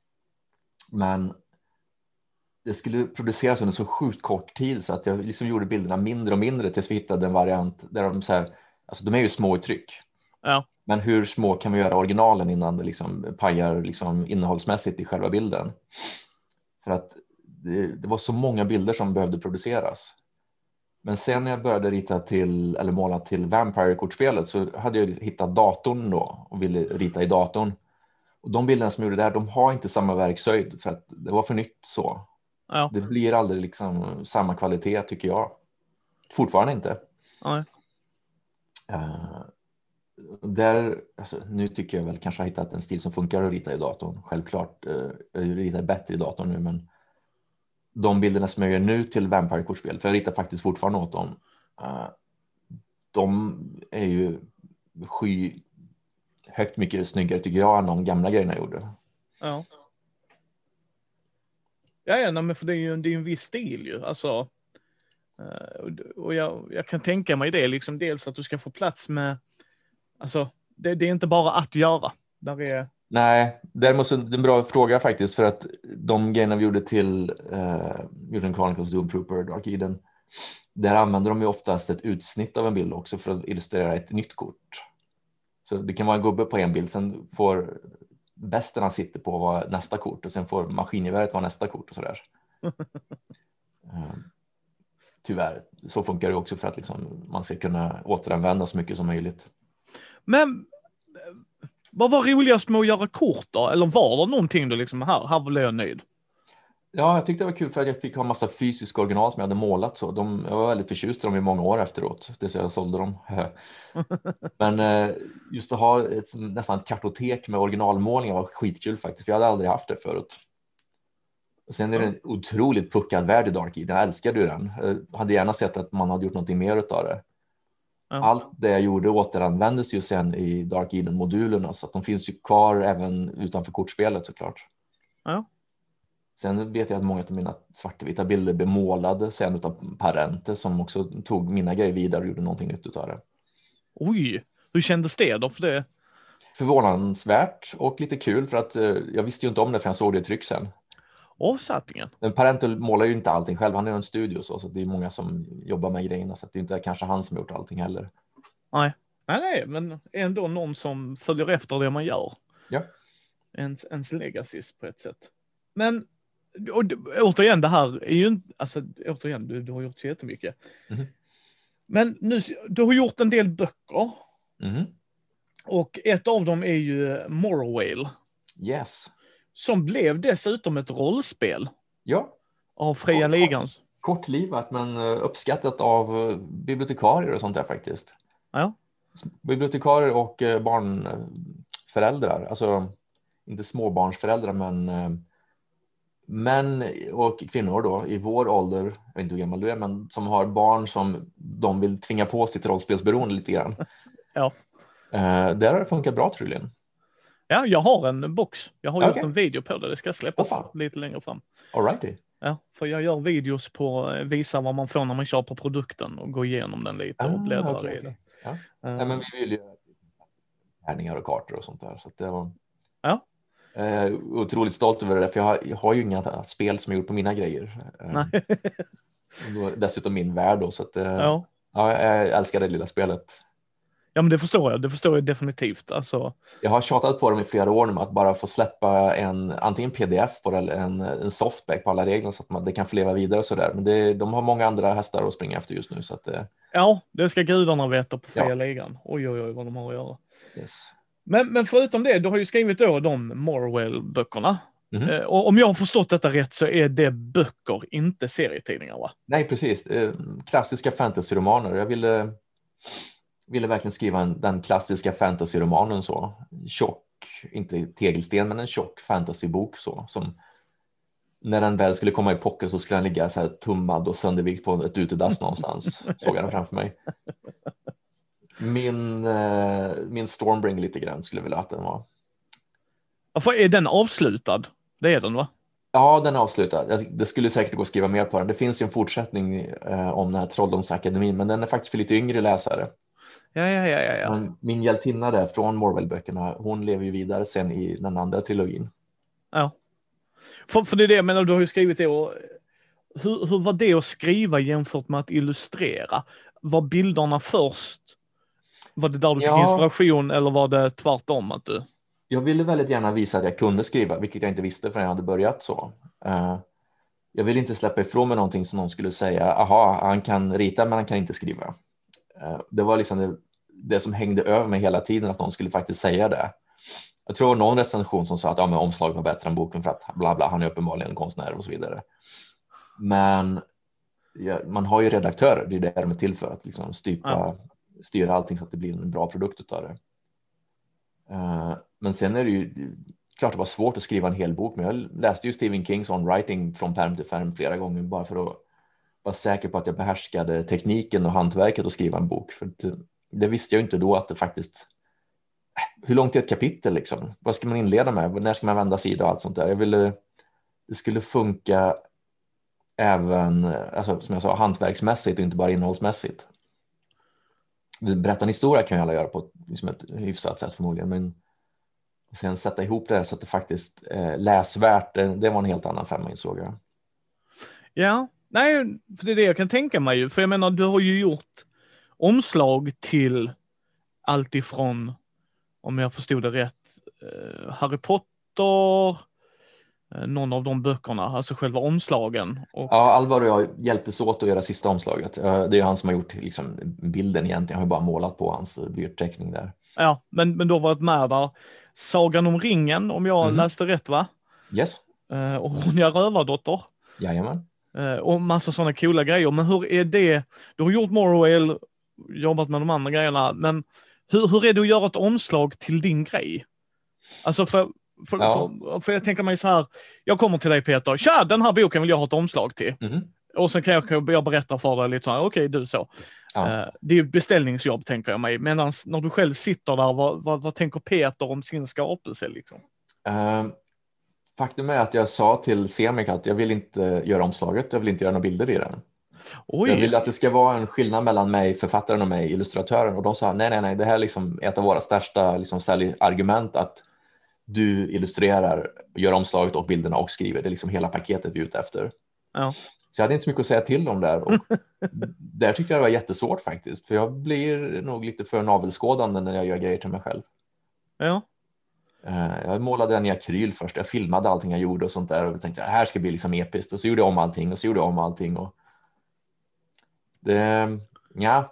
Men det skulle produceras under så sjukt kort tid så att jag liksom gjorde bilderna mindre och mindre tills vi hittade en variant där de så här, alltså de är ju små i tryck. Ja. Men hur små kan vi göra originalen innan det liksom pajar liksom innehållsmässigt i själva bilden? För att det, det var så många bilder som behövde produceras. Men sen när jag började rita till, eller måla till Vampire-kortspelet, så hade jag hittat datorn då och ville rita i datorn. Och de bilderna som jag gjorde där, de har inte samma verkshöjd för att det var för nytt så. Ja. Det blir aldrig liksom samma kvalitet tycker jag. Fortfarande inte. Ja. Uh, där, alltså, nu tycker jag väl kanske har hittat en stil som funkar att rita i datorn. Självklart, uh, jag ritar bättre i datorn nu, men de bilderna som jag gör nu till Vampire-kortspel, för jag ritar faktiskt fortfarande åt dem, uh, de är ju sky högt mycket snyggare tycker jag än de gamla grejerna jag gjorde. Ja. Ja, ja nej, men för det är ju det är en viss stil ju. Alltså, och jag, jag kan tänka mig det, liksom dels att du ska få plats med, alltså, det, det är inte bara att göra. Där är... Nej, däremot så är det en bra fråga faktiskt, för att de grejerna vi gjorde till uh, Mutant Chronicles, Doom Trooper, Dark Eden, där använder de ju oftast ett utsnitt av en bild också för att illustrera ett nytt kort. Så det kan vara en gubbe på en bild, sen får västen han sitter på vara nästa kort och sen får maskingeväret vara nästa kort och sådär. uh, tyvärr, så funkar det också för att liksom, man ska kunna återanvända så mycket som möjligt. Men vad var roligast med att göra kort då? Eller var det någonting du liksom, här, här blev jag nöjd? Ja, jag tyckte det var kul för att jag fick ha massa fysiska original som jag hade målat. Så. De, jag var väldigt förtjust i dem i många år efteråt. Det så jag sålde dem. Men just att ha ett, nästan ett kartotek med originalmålningar var skitkul faktiskt. För jag hade aldrig haft det förut. Och sen är det en otroligt puckad värld i Dark Eden. Jag älskade ju den. Jag hade gärna sett att man hade gjort något mer av det. Ja. Allt det jag gjorde återanvändes ju sen i Dark Eden-modulerna. Så att de finns ju kvar även utanför kortspelet såklart. Ja. Sen vet jag att många av mina svartvita bilder blev målade sen utav Parente som också tog mina grejer vidare och gjorde någonting nytt utav det. Oj, hur kändes det då för det? Förvånansvärt och lite kul för att eh, jag visste ju inte om det för jag såg det i tryck sen. Åh, sattningen. Men Parente målar ju inte allting själv, han är en studio så, så det är många som jobbar med grejerna så det är inte kanske han som har gjort allting heller. Nej, nej, nej men ändå någon som följer efter det man gör. Ja. Ens, ens legacies på ett sätt. Men och, återigen, det här är ju inte, alltså återigen, du, du har gjort så jättemycket. Mm. Men nu, du har gjort en del böcker. Mm. Och ett av dem är ju Morrowind. Yes. Som blev dessutom ett rollspel. Ja. Av Fria Ligan. Kortlivat men uppskattat av bibliotekarier och sånt där faktiskt. Ja. Bibliotekarier och barnföräldrar, alltså inte småbarnsföräldrar men män och kvinnor då i vår ålder, jag vet inte hur gammal du är, men som har barn som de vill tvinga på sitt rollspelsberoende lite grann. Ja. Uh, där har det funkat bra troligen. Ja, jag har en box. Jag har okay. gjort en video på det. Det ska släppas oh, lite längre fram. All righty. Ja, för jag gör videos på visa vad man får när man kör på produkten och går igenom den lite ah, och bläddrar okay, i det. Ja. Uh, ja, men vi vill ju härningar och kartor och sånt där. Så att det var... Ja. Jag är otroligt stolt över det, för jag har, jag har ju inga spel som jag gjort på mina grejer. Nej. Dessutom min värld då, så att, ja. Ja, jag älskar det lilla spelet. Ja, men det förstår jag. Det förstår jag definitivt. Alltså... Jag har tjatat på dem i flera år nu med att bara få släppa en antingen P D F på det eller en, en softback på alla regler så att man, det kan få leva vidare och sådär. Men det, de har många andra hästar att springa efter just nu. Så att, ja, det ska gudarna veta på Fria ja. Ligan. Oj, oj, oj, vad de har att göra. Yes. Men, men förutom det, du har ju skrivit då de Morrowind-böckerna. Mm-hmm. Eh, och om jag har förstått detta rätt så är det böcker, inte serietidningar, va? Nej, precis. Eh, klassiska fantasyromaner. Jag ville, ville verkligen skriva en, den klassiska fantasyromanen så. Tjock, inte tegelsten, men en tjock fantasybok så. Som när den väl skulle komma i pocket så skulle den ligga så här tummad och söndervikt på ett utedass någonstans. Såg jag den framför mig. Min, eh, min Stormbring lite grann skulle jag vilja att den var. Varför är den avslutad? Det är den, va? Ja, den är avslutad. Det skulle säkert gå att skriva mer på den. Det finns ju en fortsättning eh, om den här Trolldomsakademin, men den är faktiskt för lite yngre läsare. Ja, ja, ja, ja, ja. Men min hjältinna där från Morrowind-böckerna, hon lever ju vidare sen i den andra trilogin. Ja. För, för det är det jag menar, du har ju skrivit det. Och hur, hur var det att skriva jämfört med att illustrera? Var bilderna först? Var det där du fick ja. inspiration eller var det tvärtom att du... Jag ville väldigt gärna visa att jag kunde skriva, vilket jag inte visste förrän jag hade börjat så. Uh, jag vill inte släppa ifrån mig någonting som någon skulle säga, aha, han kan rita men han kan inte skriva. Det var liksom det, det som hängde över mig hela tiden, att någon skulle faktiskt säga det. Jag tror någon recension som sa att ja, men omslaget var bättre än boken för att bla bla, han är uppenbarligen en konstnär och så vidare. Men ja, man har ju redaktörer, det är det de är till för, att liksom stypa, ja. styra allting så att det blir en bra produkt av det. Uh, men sen är det ju klart det var svårt att skriva en hel bok, men jag läste ju Stephen Kings On Writing från pärm till pärm flera gånger bara för att vara säker på att jag behärskade tekniken och hantverket att skriva en bok. För det, det visste jag inte då, att det faktiskt, hur långt är ett kapitel liksom? Vad ska man inleda med? När ska man vända sida och allt sånt där? Jag ville, det skulle funka även, alltså, som jag sa, hantverksmässigt och inte bara innehållsmässigt. Berätta en historia kan ju alla göra på ett, liksom ett hyfsat sätt förmodligen, men sen sätta ihop det här så att det faktiskt eh, läsvärt, det, det var en helt annan femma, insåg jag. Ja, nej, för det är det jag kan tänka mig. För jag menar, du har ju gjort omslag till allt ifrån, om jag förstod det rätt, eh, Harry Potter, eh, någon av de böckerna, alltså själva omslagen. Och... Ja, Alvar och jag hjälptes åt att göra sista omslaget. Det är han som har gjort liksom, bilden egentligen. Jag har ju bara målat på hans blyertteckning där. Ja, men, men då var ett med där. Sagan om ringen, om jag mm. läste rätt, va? Yes. Eh, och Ronja Rövardotter. Jajamän. Eh, och massa sådana coola grejer. Men hur är det? Du har gjort Morrowind, jobbat med de andra grejerna, men hur, hur är det att göra ett omslag till din grej? Alltså för, för, ja. för, för jag tänker mig så här, jag kommer till dig Peter, tja, den här boken vill jag ha ett omslag till. Mm. Och sen kan jag, kan jag berätta för dig lite så här, okej okay, du så. Ja. Uh, det är ju beställningsjobb tänker jag mig. Men när du själv sitter där, vad, vad, vad tänker Peter om sin skapelse liksom? Uh, faktum är att jag sa till Semik att jag vill inte göra omslaget, jag vill inte göra några bilder i den. Oj. Jag vill att det ska vara en skillnad mellan mig, författaren, och mig, illustratören. Och de sa, nej, nej, nej, det här är liksom ett av våra största liksom, säljargument, att du illustrerar, gör omslaget och bilderna och skriver. Det är liksom hela paketet vi är ute efter. Ja. Så jag hade inte så mycket att säga till om där. Och där tyckte jag det var jättesvårt faktiskt. För jag blir nog lite för navelskådande när jag gör grejer till mig själv. Ja. Jag målade den i akryl först. Jag filmade allting jag gjorde och sånt där. Och jag tänkte, här ska bli liksom episkt. Och så gjorde jag om allting och så gjorde jag om allting. Och det, ja.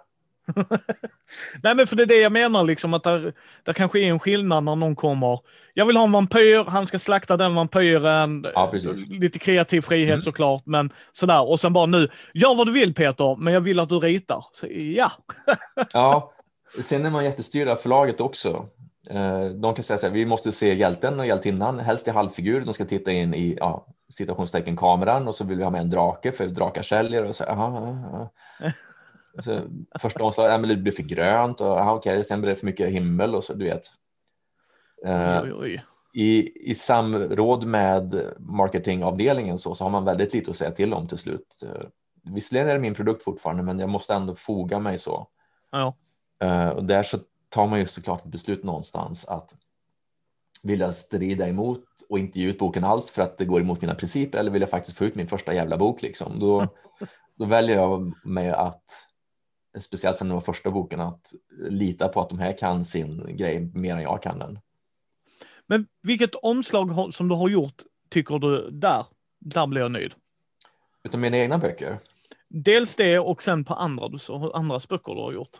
Nej men för det är det jag menar liksom, att där, där kanske är en skillnad när någon kommer, jag vill ha en vampyr, han ska slakta den vampyren, ja, lite kreativ frihet mm. såklart, men sådär, och sen bara nu, gör vad du vill Peter, men jag vill att du ritar, så, ja. Ja, sen är man jättestyrd av förlaget också. De kan säga så här, vi måste se hjälten och hjältinnan, helst i halvfigur, de ska titta in i ja, citationstecken kameran, och så vill vi ha med en drake för drakar säljer, och så aha, aha. Alltså, första omslaget, ja, men det blir för grönt och aha, okej, sen blir det för mycket himmel och så, du vet. Uh, oj, oj. I, I samråd med marketingavdelningen så, så har man väldigt lite att säga till om till slut. Uh, visserligen är det min produkt fortfarande, men jag måste ändå foga mig så. Ja. Uh, och där så tar man ju såklart ett beslut någonstans att vill jag strida emot och inte ge ut boken alls för att det går emot mina principer, eller vill jag faktiskt få ut min första jävla bok liksom. Då, då väljer jag med att, speciellt sen det var första boken, att lita på att de här kan sin grej mer än jag kan den. Men vilket omslag som du har gjort tycker du där, där blir jag nöjd? Utan mina egna böcker? Dels det, och sen på andra, andras böcker du har gjort.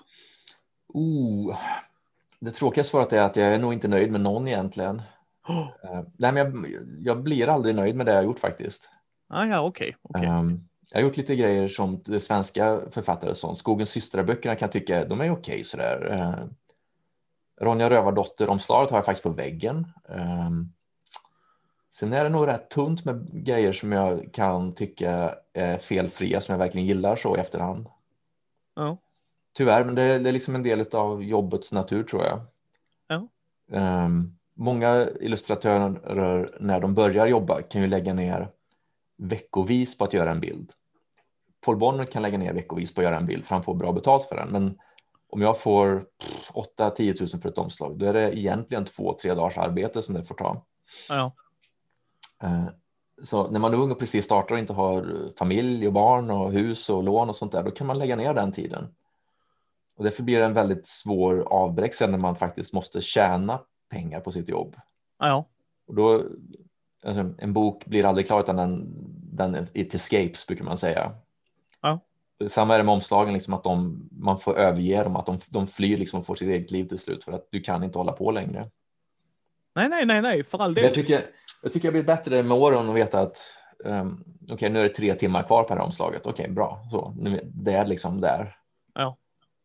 Oh, det tråkiga svaret är att jag är nog inte nöjd med någon egentligen. Oh. Uh, nej, men jag, jag blir aldrig nöjd med det jag har gjort faktiskt. Ah, ja, okej. Okay, okay. um, jag har gjort lite grejer som det svenska författare som Skogens systraböckerna kan tycka, de är okej okay, sådär. Uh, Ronja Rövardotter omslaget har jag faktiskt på väggen. Um, sen är det nog rätt tunt med grejer som jag kan tycka är felfria, som jag verkligen gillar så i efterhand. Ja. Oh. Tyvärr, men det är, det är liksom en del av jobbets natur tror jag. Ja. Um, många illustratörer när de börjar jobba kan ju lägga ner veckovis på att göra en bild. Paul Bonner kan lägga ner veckovis på att göra en bild för han får bra betalt för den. Men om jag får åtta till tio tusen för ett omslag, då är det egentligen två, tre dagars arbete som det får ta. Ja. Uh, så när man är ung och precis startar och inte har familj och barn och hus och lån och sånt där, då kan man lägga ner den tiden. Och därför blir det en väldigt svår avbräck sen när man faktiskt måste tjäna pengar på sitt jobb. Ja. Och då, alltså, en bok blir aldrig klar utan den, den it escapes brukar man säga. Ja. Samma är det med omslagen, liksom att de, man får överge dem, att de, de flyr liksom och får sitt eget liv till slut för att du kan inte hålla på längre. Nej, nej, nej, nej, för all del. Jag tycker jag tycker jag blir bättre med åren att veta att um, okej, okay, nu är det tre timmar kvar på det här omslaget. Okej, okay, bra. Så nu det är liksom där. Ja.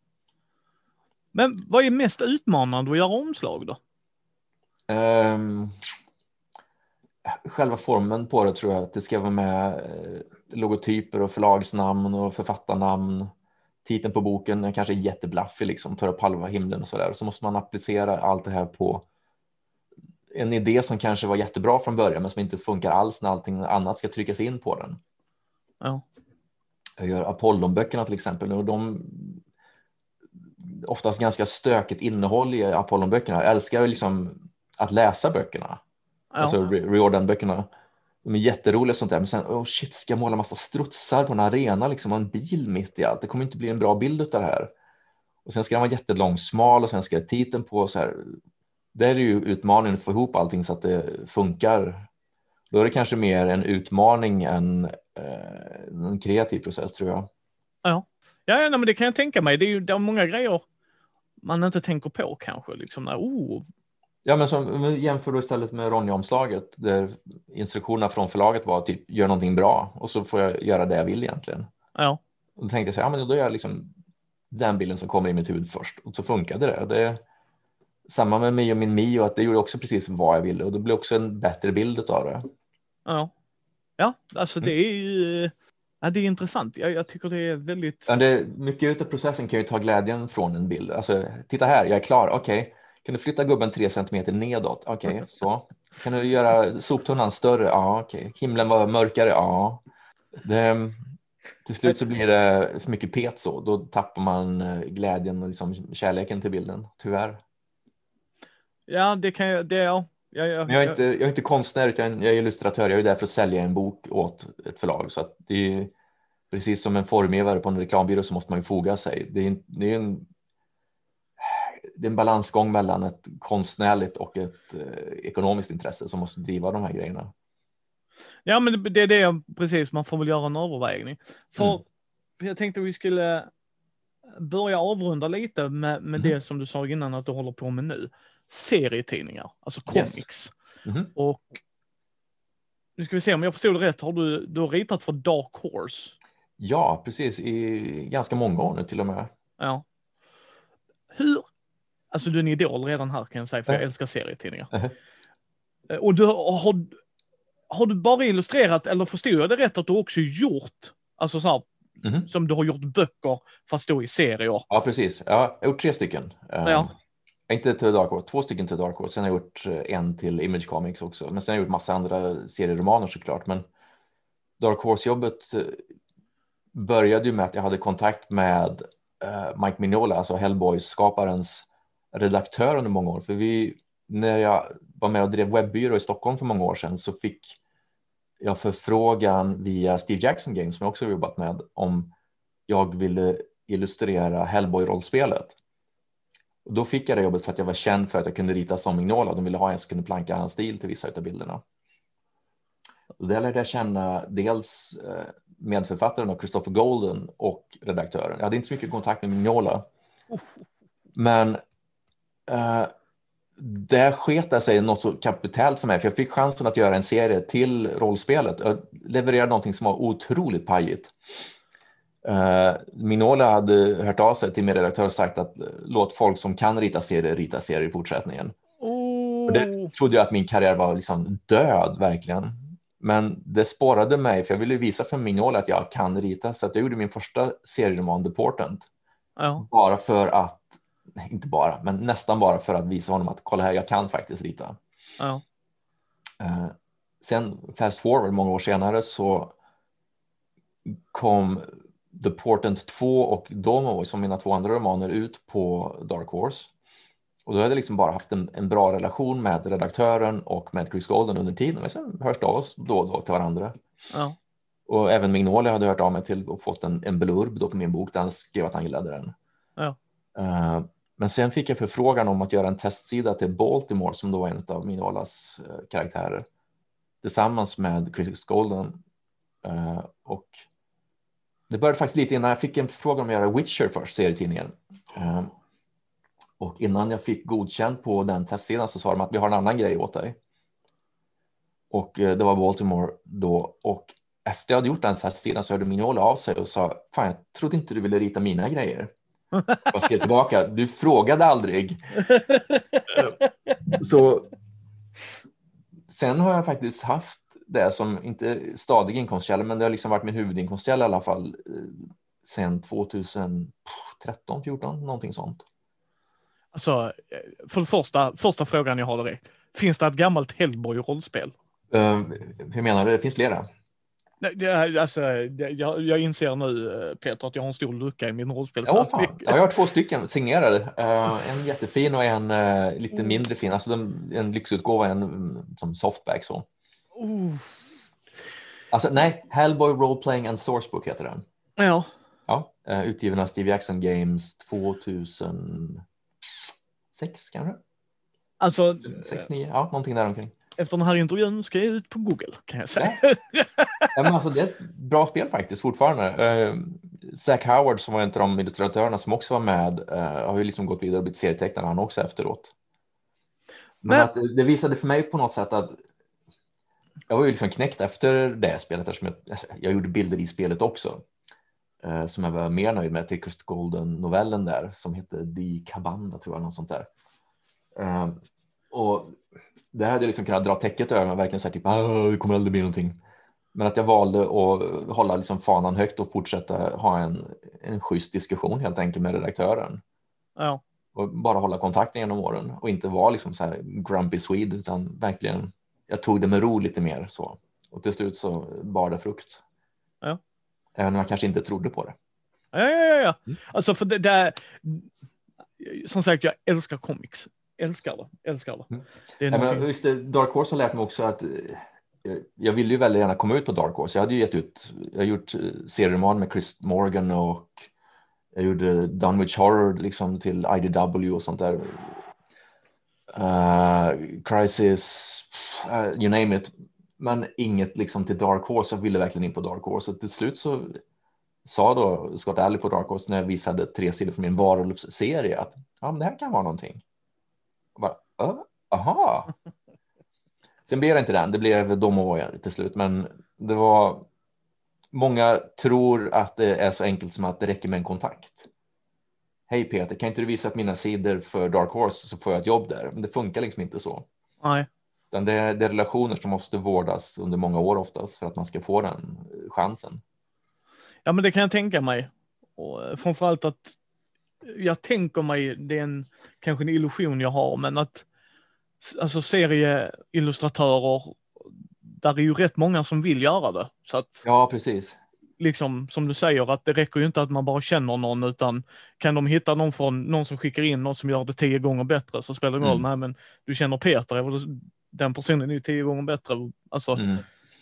Men vad är mest utmanande att göra omslag då? Um, själva formen på det tror jag att det ska vara med eh, logotyper och förlagsnamn och författarnamn. Titeln på boken är kanske jätteblaffig, liksom tar upp halva himlen och sådär. Så måste man applicera allt det här på en idé som kanske var jättebra från början men som inte funkar alls när allting annat ska tryckas in på den. Ja. Jag gör Apollon-böckerna till exempel, och de oftast ganska stökigt innehåll i Apollon-böckerna. Jag älskar liksom att läsa böckerna. Ja. Alltså Riordan-böckerna. De är jätteroliga sånt där. Men sen, oh shit, ska jag måla massa strutsar på en arena liksom, och en bil mitt i allt. Det kommer inte bli en bra bild av det här. Och sen ska den vara jättelång, smal, och sen ska det titeln på så här. Det är ju utmaningen att få ihop allting så att det funkar. Då är det kanske mer en utmaning än eh, en kreativ process, tror jag. Ja, ja nej, men det kan jag tänka mig. Det är ju det är många grejer man inte tänker på kanske. Liksom, oh. Ja, men som, jämför då istället med Ronja-omslaget där instruktionerna från förlaget var typ gör någonting bra och så får jag göra det jag vill egentligen. Ja. Och då tänkte jag så här, ja, men då gör jag liksom den bilden som kommer i mitt huvud först, och så funkade det. Det är samma med mig och min Mio, att det gjorde också precis vad jag ville och det blev också en bättre bild av det. Ja, ja, alltså det är ju ja, det är intressant. Jag, jag tycker det är väldigt... Ja, det, mycket av processen kan ju ta glädjen från en bild. Alltså, titta här, jag är klar, okej. Okay. Kan du flytta gubben tre centimeter nedåt? Okej, okay, så. Kan du göra soptunnan större? Ja, okej. Okay. Himlen var mörkare? Ja. Det, till slut så blir det för mycket pet så. Då tappar man glädjen och liksom kärleken till bilden, tyvärr. Ja, det kan jag... Det, ja. Jag, jag, Men jag, är inte, jag är inte konstnär, utan jag är illustratör. Jag är där för att sälja en bok åt ett förlag. Så att det är precis som en formgivare på en reklambyrå, så måste man ju foga sig. Det är, det är en det är en balansgång mellan ett konstnärligt och ett eh, ekonomiskt intresse som måste driva de här grejerna. Ja, men det, det är det precis, man får väl göra en övervägning. För, mm. för jag tänkte vi skulle börja avrunda lite med, med mm. det som du sa innan att du håller på med nu. Serietidningar, alltså comics. Yes. Mm. Och nu ska vi se om jag förstod det rätt. Har du, du har ritat för Dark Horse? Ja, precis. I ganska många år nu till och med. Ja. Hur? Alltså du är en idol redan här kan jag säga, för jag älskar serietidningar. Uh-huh. Och du har, har du bara illustrerat, eller förstår jag det rätt att du också gjort, alltså så här, mm-hmm. som du har gjort böcker fast då i serier? Ja, precis. Ja, jag har gjort tre stycken. Ja. Um, inte till Dark Horse, två stycken till Dark Horse. Sen har jag gjort en till Image Comics också. Men sen har jag gjort massa andra serieromaner såklart. Men Dark Horse-jobbet började ju med att jag hade kontakt med uh, Mike Mignola, alltså Hellboy-skaparens redaktör under många år. För vi, när jag var med och drev webbyrå i Stockholm för många år sedan, så fick jag förfrågan via Steve Jackson Games, som jag också har jobbat med, om jag ville illustrera Hellboy-rollspelet. Och då fick jag det jobbet för att jag var känd för att jag kunde rita som Mignola. De ville ha en som kunde planka hans stil till vissa av bilderna. Och där lärde jag känna dels medförfattaren och Christopher Golden och redaktören. Jag hade inte så mycket kontakt med Mignola. Men Uh, där sket sig något så kapitalt för mig, för jag fick chansen att göra en serie till rollspelet. Jag levererade någonting som var otroligt pajigt. Uh, Mignola hade hört av sig till min redaktör och sagt att låt folk som kan rita serier rita serier i fortsättningen. Oh. Och det trodde jag att min karriär var liksom död, verkligen. Men det spårade mig, för jag ville visa för Mignola att jag kan rita, så att jag gjorde min första serieroman The Portent. Oh. Bara för att inte bara, men nästan bara för att visa honom att kolla här, jag kan faktiskt rita. Ja. Uh, sen fast forward många år senare så kom The Portent två och Domo som mina två andra romaner ut på Dark Horse. Och då hade jag liksom bara haft en, en bra relation med redaktören och med Chris Golden under tiden. Men sen hörs det av oss då och då till varandra. Ja. Och även Mignola hade hört av mig till och fått en, en blurb då på min bok där han skrev att han gillade den. Ja. Uh, Men sen fick jag förfrågan om att göra en testsida till Baltimore, som då var en av Mignolas eh, karaktärer, tillsammans med Chris Golden. Uh, och det började faktiskt lite innan jag fick en fråga om att göra Witcher först, serietidningen. Uh, och innan jag fick godkänt på den testsidan så sa de att vi har en annan grej åt dig. Och uh, det var Baltimore då. Och efter jag hade gjort den testsidan så hörde Mignola av sig och sa, fan jag trodde inte du ville rita mina grejer. Jag skrev tillbaka, du frågade aldrig. Så sen har jag faktiskt haft det som inte stadig inkomstkälla, men det har liksom varit min huvudinkomstkälla i alla fall sen tjugohundratretton fjorton, någonting sånt. Alltså, för första, första frågan jag har direkt. Finns det ett gammalt Hellboy-rollspel? Uh, hur menar du? Det finns flera. Nej, det, alltså, det, jag, jag inser nu, Peter, att jag har en stor lucka i min rollspel. Ja, fan. Jag har två stycken signerade. Uh, en jättefin och en uh, lite mm. mindre fin. Alltså de, en lyxutgåva, en som softback så. Uh. Alltså nej, Hellboy Role Playing and Sourcebook heter den. Ja. Ja, uh, utgiven av Steve Jackson Games tvåtusensex kanske? Alltså... sex nio, ja, någonting där omkring. Efter den här intervjun ska jag ut på Google, kan jag säga. Ja. Ja, men alltså, det är ett bra spel faktiskt fortfarande. Uh, Zach Howard som var en av de illustratörerna som också var med uh, har ju liksom gått vidare och blivit serietecknare han också efteråt. Men, men... Att, det visade för mig på något sätt att jag var ju liksom knäckt efter det spelet eftersom jag, alltså, jag gjorde bilder i spelet också. Uh, som jag var mer nöjd med till Crystal Golden-novellen där som hette The Cabanda tror jag, något sånt där. Uh, och det hade jag liksom kunnat dra täcket över och verkligen säga typ, det kommer aldrig bli någonting. Men att jag valde att hålla liksom fanan högt och fortsätta ha en, en schysst diskussion helt enkelt med redaktören. Ja. Och bara hålla kontakten genom åren och inte vara liksom så här grumpy Swede utan verkligen, jag tog det med ro lite mer så. Och till slut så bar det frukt. Ja. Även om jag kanske inte trodde på det. Ja, ja, ja. ja. Mm. Alltså för det där, som sagt, jag älskar comics. Älskar det, älskar det. Mm. Det är ja, men just det, Dark Horse har lärt mig också att jag ville ju väldigt gärna komma ut på Dark Horse. Jag hade ju gett ut, jag har gjort serieroman med Chris Morgan och jag gjorde Dunwich Horror liksom till I D W och sånt där. Uh, Crisis, uh, you name it. Men inget liksom till Dark Horse. Jag ville verkligen in på Dark Horse. Och till slut så sa då Scott Alley på Dark Horse när jag visade tre sidor från min varulvsserie att ja, men det här kan vara någonting. Och bara, uh, aha. Sen blev det inte den, det blev de år till slut. Men det var, många tror att det är så enkelt som att det räcker med en kontakt. Hej Peter, kan inte du visa upp mina sidor för Dark Horse så får jag ett jobb där. Men det funkar liksom inte så. Nej. Utan det, är, det är relationer som måste vårdas under många år oftast för att man ska få den chansen. Ja, men det kan jag tänka mig. Och framförallt att jag tänker mig, det är en, kanske en illusion jag har, men att alltså serieillustratörer, där är ju rätt många som vill göra det. Så att, ja, precis. Liksom som du säger, att det räcker ju inte att man bara känner någon, utan kan de hitta någon från någon som skickar in någon som gör det tio gånger bättre, så spelar det roll. Mm. Nej, men du känner Peter, eller den personen är ju tio gånger bättre. Alltså, mm.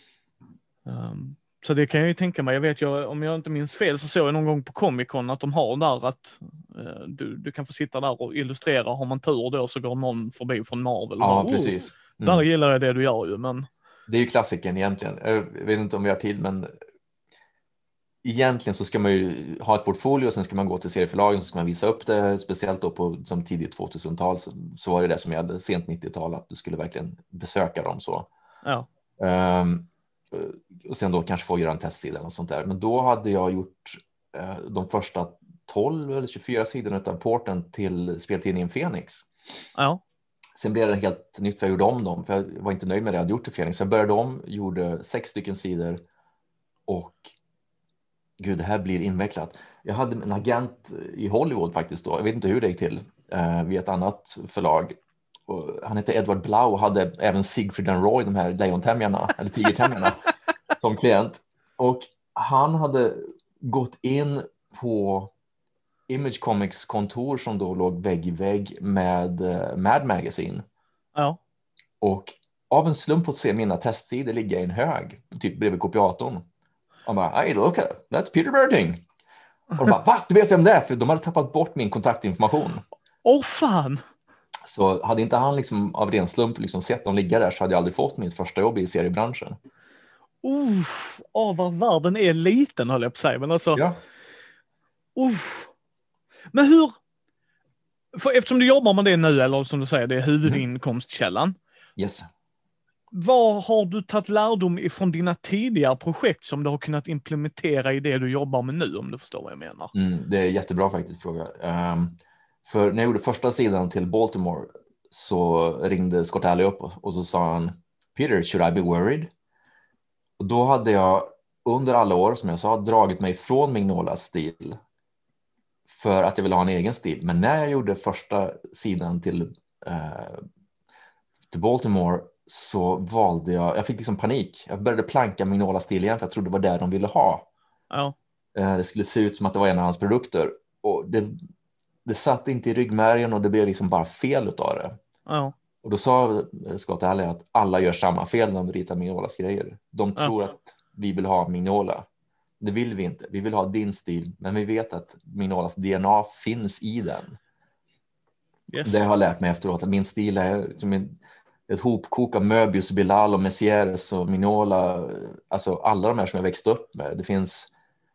um, så det kan jag ju tänka mig. Jag vet ju, om jag inte minns fel så såg jag någon gång på Comic Con att de har där att uh, du, du kan få sitta där och illustrera. Har man tur då så går någon förbi från Marvel. Ja, bara, precis. Mm. Där gillar jag det du gör ju, men... Det är ju klassiken egentligen. Jag vet inte om vi har tid, men egentligen så ska man ju ha ett portfolio och sen ska man gå till serieförlagen så ska man visa upp det, speciellt då på som tidigt tvåtusental så, så var det det som jag hade sent nittiotal att du skulle verkligen besöka dem så. Ja. Um, och sen då kanske få göra en testsida och sånt där. Men då hade jag gjort uh, de första tolv eller tjugofyra sidorna av porten till speltidningen Phoenix. Ja. Sen blev det helt nytt för jag gjorde om dem för jag var inte nöjd med det jag hade gjort till Phoenix. Så jag började om, gjorde sex stycken sidor och gud, det här blir invecklat. Jag hade en agent i Hollywood faktiskt då. Jag vet inte hur det gick till. Uh, vid ett annat förlag. Och han hette Edward Blau och hade även Siegfried and Roy, de här lejontämjarna, eller tigertämjarna, som klient. Och han hade gått in på Image Comics kontor som då låg vägg i vägg med uh, Mad Magazine. Ja. Och av en slump fått se mina testsidor ligga i en hög, typ bredvid kopiatorn. Han bara, hey look, that's Peter Berting. Och de bara, va? Du vet vem det är? För de hade tappat bort min kontaktinformation. Åh oh, fan! Så hade inte han liksom av ren slump liksom sett dem ligga där så hade jag aldrig fått mitt första jobb i seriebranschen. Uff, åh, vad världen är liten, höll jag på att säga. Men alltså, Ja. uff. Men hur, för eftersom du jobbar med det nu, eller som du säger, det är huvudinkomstkällan. Yes. Vad har du tagit lärdom ifrån dina tidigare projekt som du har kunnat implementera i det du jobbar med nu, om du förstår vad jag menar? Mm, det är jättebra faktiskt fråga. Um, för när jag gjorde första sidan till Baltimore så ringde Scott Alley upp och, och så sa han, Peter, should I be worried? Och då hade jag under alla år, som jag sa, dragit mig från Mignolas stil för att jag ville ha en egen stil. Men när jag gjorde första sidan till, uh, till Baltimore så valde jag, jag fick liksom panik. Jag började planka Mignolas stil igen för jag trodde det var det de ville ha. Ja. Uh, det skulle se ut som att det var en av hans produkter. Och det, det satt inte i ryggmärgen och det blev liksom bara fel utav det. Ja. Och då sa Scott Alley att alla gör samma fel när de ritar Mignolas grejer. De tror Ja. att vi vill ha Mignola. Det vill vi inte. Vi vill ha din stil. Men vi vet att Mignolas D N A finns i den. Yes. Det har jag lärt mig efteråt. Att min stil är som en, ett hopkok av Möbius, Bilal och Messieres och Mignola. Alltså alla de här som jag växte upp med. Det finns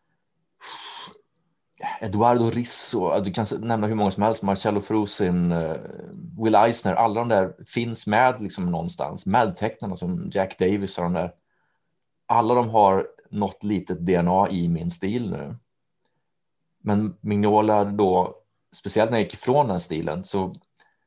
Eduardo Risso, du kan nämna hur många som helst, Marcello Frusin, Will Eisner, alla de där finns med liksom någonstans. Mad-tecknarna som Jack Davis och de där. Alla de har något litet D N A i min stil nu. Men Mignola då, speciellt när jag gick ifrån den stilen, så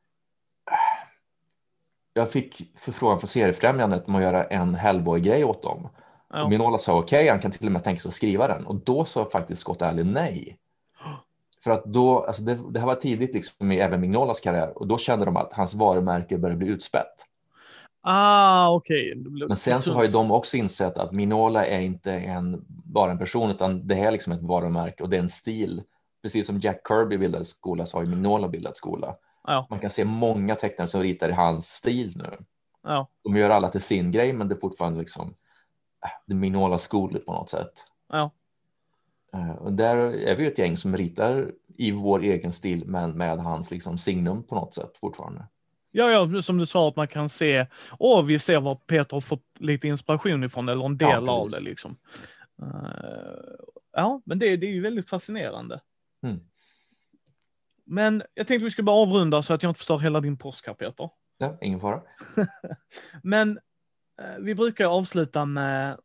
jag fick förfrågan från Seriefrämjandet om att göra en Hellboy-grej åt dem. Ja. Och Mignola sa okej, okay, han kan till och med tänka sig att skriva den. Och då sa faktiskt Scott Alley nej. För att då, alltså det, det här var tidigt liksom i även Mignolas karriär. Och då kände de att hans varumärke började bli utspätt. Ah, okej. Okay. Men sen så har ju de också insett att Mignola är inte en, bara en person, utan det är liksom ett varumärke och det är en stil. Precis som Jack Kirby bildade skola så har ju Mignola bildat skola. Ja. Man kan se många tecknare som ritar i hans stil nu. Ja. De gör alla till sin grej, men det är fortfarande liksom det Mignola-skolet på något sätt. Ja. Och där är vi ett gäng som ritar i vår egen stil, men med hans liksom signum på något sätt fortfarande. Ja, ja, som du sa, att man kan se, och vi ser vad Peter har fått lite inspiration ifrån, eller en del ja, av det liksom. Uh, ja, men det, det är ju väldigt fascinerande. Mm. Men jag tänkte vi ska bara avrunda så att jag inte förstår hela din påsk här, Peter. Ja, ingen fara. Men uh, vi brukar avsluta med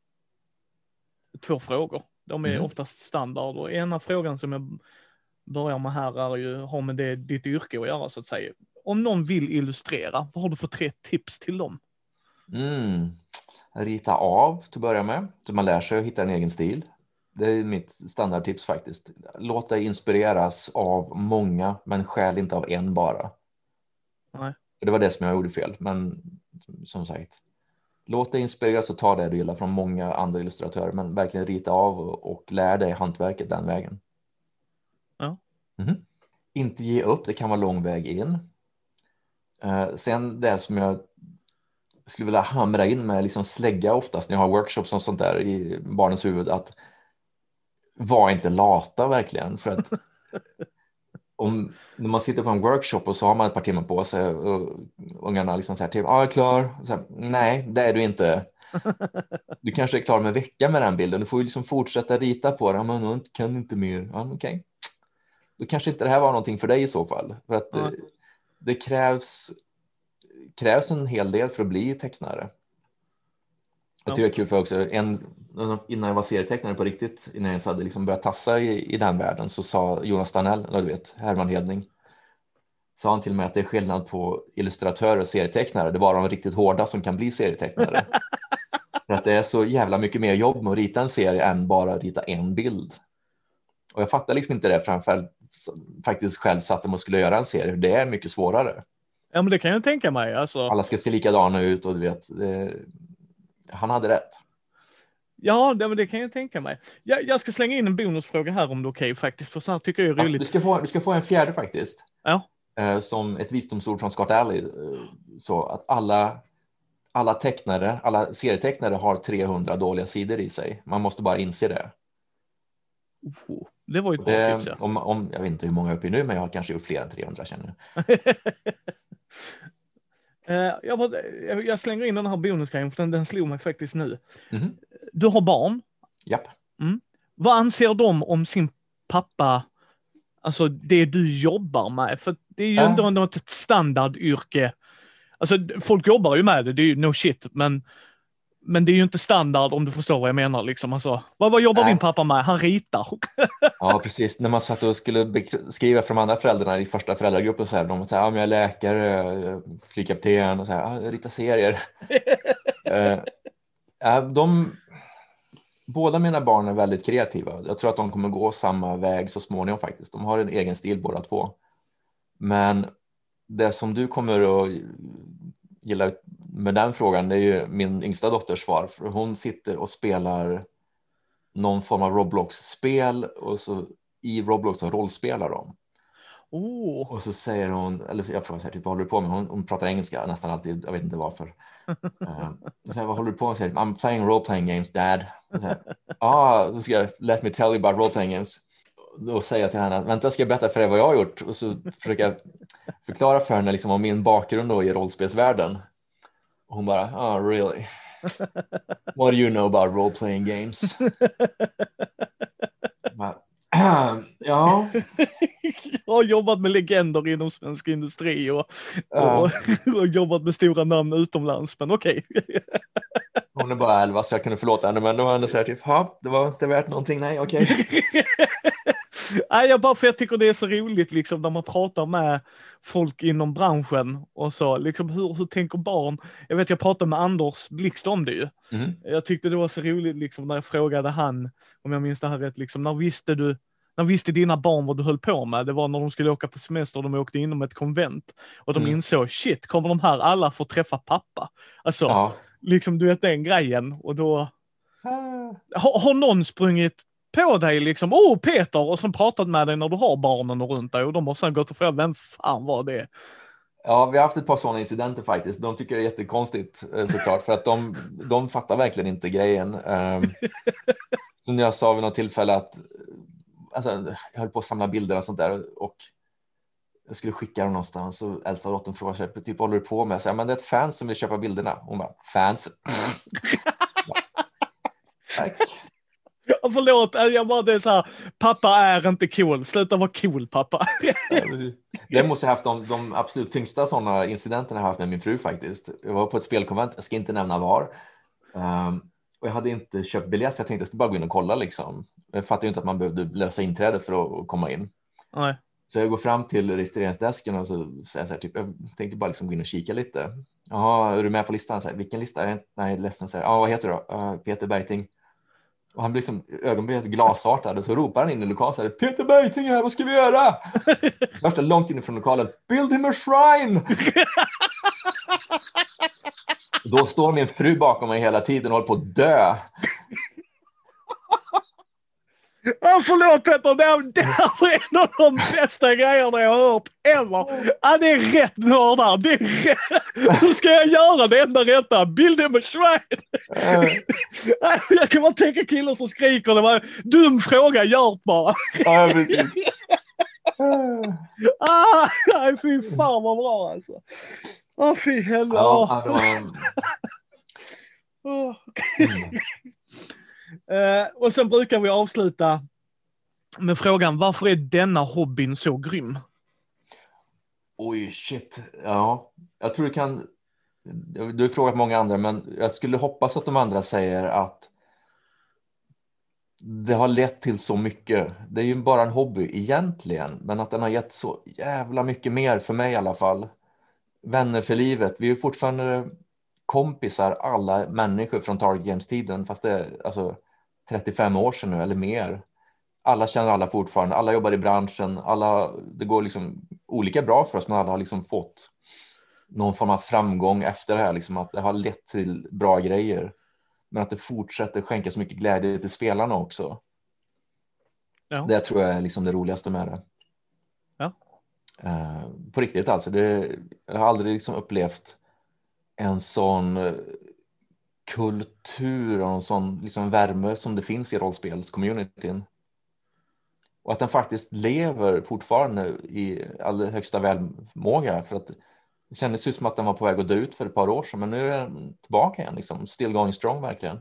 två frågor. De är mm. oftast standard, och ena frågan som jag börjar med här är ju, har med det, ditt yrke att göra så att säga. Om någon vill illustrera, vad har du för tre tips till dem? Mm. Rita av till att börja med, så man lär sig att hitta en egen stil. Det är mitt standardtips faktiskt. Låt dig inspireras av många, men skäl inte av en bara. Nej. För det var det som jag gjorde fel, men som sagt, låt dig inspireras och ta det du gillar från många andra illustratörer, men verkligen rita av och, och lär dig hantverket den vägen. Ja. Mm-hmm. Inte ge upp, det kan vara lång väg in. Uh, sen det som jag skulle vilja hamra in med liksom slägga oftast när jag har workshops och sånt där i barnens huvud, att var inte lata verkligen, för att om när man sitter på en workshop och så har man ett par timmar på sig och ungarna liksom säger typ, ja, jag är klar. Så här, nej, det är du inte. Du kanske är klar med en vecka med den bilden. Du får ju liksom fortsätta rita på den. Men man kan inte mer. Ja, okej. Okay. Då kanske inte det här var någonting för dig i så fall. För att ja. det, det krävs krävs en hel del för att bli tecknare. Jag tycker det är kul för också. En, innan jag var serietecknare på riktigt, innan jag hade liksom börjat tassa i, i den världen, så sa Jonas Danell, eller du vet, Herman Hedning, sa han till mig att det är skillnad på illustratörer och serietecknare. Det är bara de riktigt hårda som kan bli serietecknare. För att det är så jävla mycket mer jobb med att rita en serie än bara rita en bild. Och jag fattar liksom inte det, framför faktiskt själv satt om att skulle göra en serie. Det är mycket svårare. Ja, men det kan jag tänka mig. Alltså. Alla ska se likadana ut och du vet, det, han hade rätt. Ja, det, det kan jag tänka mig. Jag, jag ska slänga in en bonusfråga här om det är okej faktiskt, för så här tycker jag är roligt. Ja, du, ska få, du ska få en fjärde faktiskt. Ja. Eh, som ett visdomsord från Scott Alley. Eh, så att alla, alla tecknare, alla serietecknare har trehundra dåliga sidor i sig. Man måste bara inse det. Oh, det var ju ett det, bra tips, ja. om, om, jag vet inte hur många jag är uppe i nu, men jag har kanske gjort fler än trehundra, känner jag. Uh, jag, bara, jag slänger in den här bonusgrejen, för den, den slog mig faktiskt nu. Mm-hmm. Du har barn? Japp. Mm. Vad anser de om sin pappa, alltså det du jobbar med? För det är ju Äh. ändå ett standardyrke. Alltså folk jobbar ju med det, det är ju no shit, men, men det är ju inte standard om du förstår vad jag menar. Liksom. Alltså, vad, vad jobbar äh. din pappa med? Han ritar. Ja, precis. När man satt och skulle beskriva för de andra föräldrarna i första föräldragruppen så här, de sa, ja, men jag är läkare, flygkapten och så här, ja, jag ritar serier. uh, de... Båda mina barn är väldigt kreativa. Jag tror att de kommer gå samma väg så småningom faktiskt. De har en egen stil båda två. Men det som du kommer att gilla med den frågan, det är ju min yngsta dotters svar. För hon sitter och spelar någon form av Roblox-spel och så i Roblox så rollspelar de. Oh. Och så säger hon, eller jag frågar så här, typ, vad håller du på med? Hon, hon pratar engelska nästan alltid, jag vet inte varför. uh, så här, vad håller du på med? Säger, I'm playing role-playing games, dad. Ja, ah, då ska jag, let me tell you about role-playing games. Då säger jag till henne, vänta, ska jag berätta för dig vad jag har gjort? Och så försöker jag förklara för henne liksom, om min bakgrund då i rollspelsvärlden. Och hon bara, ah, oh, really? What do you know about role-playing games? Bara, ja. Jag har jobbat med legender inom svensk industri och, och, och, och jobbat med stora namn utomlands, men okej. Okay. Hon är bara elva så jag kunde förlåta henne, men då var henne så här typ, ja, det var inte värt någonting, nej, okej. Okay. Nej, jag bara för jag tycker det är så roligt liksom när man pratar med folk inom branschen och så, liksom hur, hur tänker barn? Jag vet, jag pratade med Anders Blixt om det ju. Mm. Jag tyckte det var så roligt liksom när jag frågade han, om jag minns det här rätt, liksom, när visste du När visste dina barn vad du höll på med? Det var när de skulle åka på semester och de åkte inom ett konvent. Och de mm. insåg, shit, kommer de här alla få träffa pappa? Alltså, ja. liksom du vet den grejen. Och då... Ah. Har, har någon sprungit på dig liksom, åh oh, Peter, och som pratat med dig när du har barnen och runt dig. Och de har sedan gått och frågat, vem fan var det? Ja, vi har haft ett par sådana incidenter faktiskt. De tycker det är jättekonstigt såklart, för att de, de fattar verkligen inte grejen. Um, som jag sa vid något tillfälle att alltså, jag höll på att samla bilder och sånt där och jag skulle skicka dem någonstans och Elsa och dottern frågade sig, typ, håller du på med? Så jag, men det är ett fans som vill köpa bilderna. Hon bara, fans? Ja. Tack. Ja, förlåt, jag bara det är så här, pappa är inte cool, sluta vara cool pappa. Jag måste ha haft de, de absolut tyngsta sådana incidenterna jag har haft med min fru faktiskt. Jag var på ett spelkonvent, jag ska inte nämna var. Um, och jag hade inte köpt biljett för jag tänkte att jag skulle bara gå in och kolla liksom. Jag fattade ju inte att man behövde lösa inträde för att komma in. Nej. Så jag går fram till registreringsdesken och så säger jag så här, typ, jag tänkte bara liksom gå in och kika lite. Jaha, är du med på listan? Så här, vilken lista? Jag, nej, ledsen. Så här, ja, vad heter du då? Uh, Peter Bergting. Och han blir liksom ögonblicket glasartad och så ropar han in i lokalen så här, Peter Bergting här, vad ska vi göra? Först långt inifrån lokalen, build him a shrine! Då står min fru bakom mig hela tiden och håller på att dö. Ja, förlåt Petter, det är, det är en av de bästa grejerna jag har hört ever. Ja, det är rätt nördar. Det är rätt. Hur ska jag göra det enda rätta? Build him a shrine. Uh. Jag kan bara tänka killar som skriker. Det var dum fråga, gjort bara. Ja, precis. Uh. Ah, nej, fy fan vad bra alltså. Åh, oh, fy helvete. Ja, mm. Uh, och sen brukar vi avsluta med frågan, varför är denna hobbyn så grym? Oj, shit. Ja, jag tror du kan... Du har frågat många andra, men jag skulle hoppas att de andra säger att det har lett till så mycket. Det är ju bara en hobby egentligen, men att den har gett så jävla mycket mer för mig i alla fall. Vänner för livet. Vi är fortfarande kompisar, alla människor från Target Games-tiden, fast det är alltså trettiofem år sedan nu eller mer. Alla känner alla fortfarande, alla jobbar i branschen, alla, det går liksom olika bra för oss, men alla har liksom fått någon form av framgång efter det här, liksom att det har lett till bra grejer, men att det fortsätter skänka så mycket glädje till spelarna också. Ja. Det tror jag är liksom det roligaste med det. Ja. Uh, på riktigt alltså, det, jag har aldrig liksom upplevt en sån kultur och en sån liksom värme som det finns i rollspelscommunityn. Och att den faktiskt lever fortfarande i all högsta välmåga, för att det kändes ju som att den var på väg att dö ut för ett par år sedan, men nu är den tillbaka igen, liksom still going strong verkligen.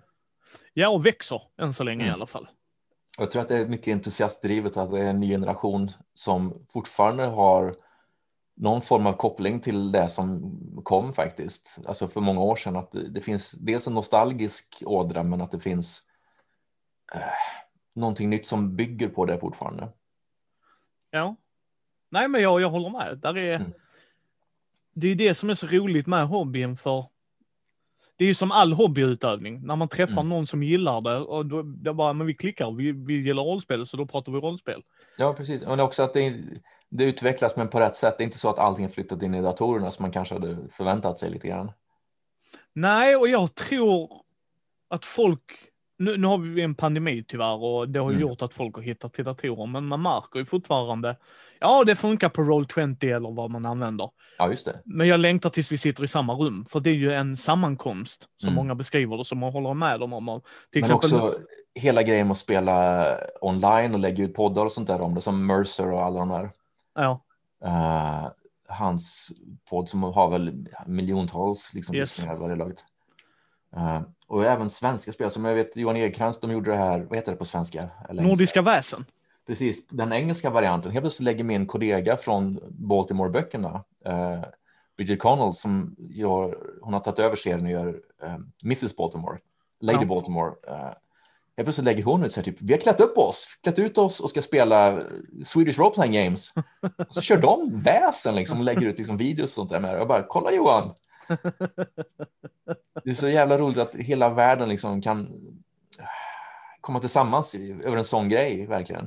Ja, och växer än så länge mm. i alla fall. Jag tror att det är mycket entusiastdrivet att det är en ny generation som fortfarande har någon form av koppling till det som kom faktiskt. Alltså för många år sedan, att det, det finns dels en nostalgisk ådra, men att det finns eh, någonting nytt som bygger på det fortfarande. Ja. Nej, men jag, jag håller med. Där är, mm. Det är det som är så roligt med hobbyn, för det är ju som all hobbyutövning. När man träffar mm. någon som gillar det, och då det bara, men vi klickar, vi, vi gillar rollspel, så då pratar vi rollspel. Ja, precis. Men också att det, det utvecklas, men på rätt sätt. Det är inte så att allting flyttat in i datorerna som man kanske hade förväntat sig lite grann. Nej, och jag tror att folk, nu, nu har vi en pandemi tyvärr, och det har mm. gjort att folk har hittat till datorer, men man märker ju fortfarande, ja, det funkar på Roll tjugo eller vad man använder. Ja, just det. Men jag längtar tills vi sitter i samma rum, för det är ju en sammankomst som mm. många beskriver det, som man håller med dem om. Till men exempel också hela grejen med att spela online och lägga ut poddar och sånt där om det, som Mercer och alla de här. Ja. Uh, hans podd som har väl miljontals liksom yes. lyssningar varje laget. Uh, och även svenska spel, som jag vet Johan Ekrans, de gjorde det här, vad heter det på svenska? Eller Nordiska väsen. Precis, den engelska varianten. Helt plötsligt lägger min kollega från Baltimore-böckerna, uh, Bridget Connell, som gör, hon har tagit över serien och gör uh, missus Baltimore, Lady ja. Baltimore. Uh, helt plötsligt lägger hon ut så här, typ, vi har klätt upp oss, klätt ut oss och ska spela Swedish Role Playing Games. Och så kör de väsen liksom och lägger ut liksom videos och sånt där med. Jag bara, kolla Johan! Det är så jävla roligt att hela världen liksom kan komma tillsammans över en sån grej, verkligen.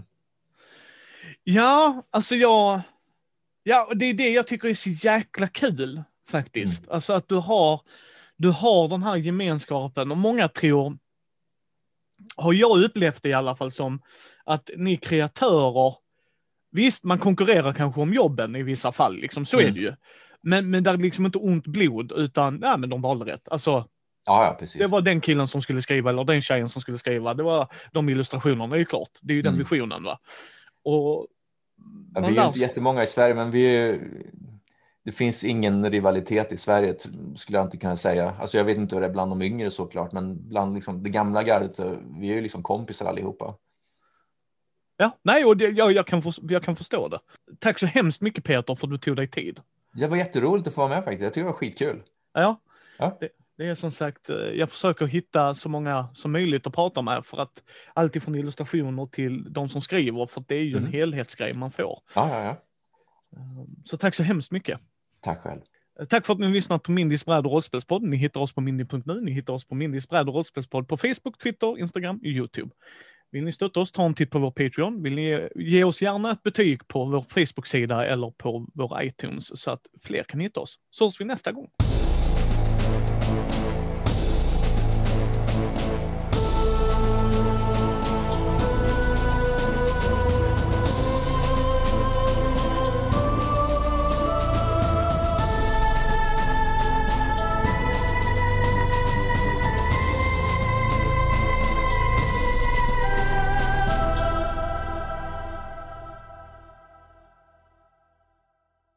Ja, alltså jag... Ja, det är det jag tycker är så jäkla kul, faktiskt. Mm. Alltså att du har, du har den här gemenskapen, och många tror, har jag upplevt det i alla fall, som att ni kreatörer, visst, man konkurrerar kanske om jobben i vissa fall, liksom, så mm. är det ju. Men, men där är liksom inte ont blod, utan ja, men de valde rätt. Alltså, ja, ja, precis. Det var den killen som skulle skriva, eller den tjejen som skulle skriva. Det var de illustrationerna, det är ju klart. Det är ju mm. den visionen, va? Och ja, vi är ju inte jättemånga i Sverige, men vi är, det finns ingen rivalitet i Sverige, skulle jag inte kunna säga. Alltså jag vet inte hur det är bland de yngre såklart, men bland liksom det gamla gardet, så vi är ju liksom kompisar allihopa. Ja, nej, och det, jag, jag, kan för, jag kan förstå det. Tack så hemskt mycket, Peter, för att du tog dig tid. Det var jätteroligt att få vara med faktiskt. Jag tycker det var skitkul. Ja, ja. Det, det är som sagt, jag försöker hitta så många som möjligt att prata med, för att allt ifrån illustrationer till de som skriver, för det är ju mm. en helhetsgrej man får. Ja, ja, ja. Så tack så hemskt mycket. Tack själv. Tack för att ni lyssnat på Mindys bräd- och rollspelspodd. Ni hittar oss på mindy punkt nu. Ni hittar oss på Mindys bräd- och rollspelspodd på Facebook, Twitter, Instagram och YouTube. Vill ni stötta oss, ta en titt på vår Patreon. Vill ni ge oss gärna ett betyg på vår Facebook-sida eller på vår iTunes, så att fler kan hitta oss. Så hörs vi nästa gång.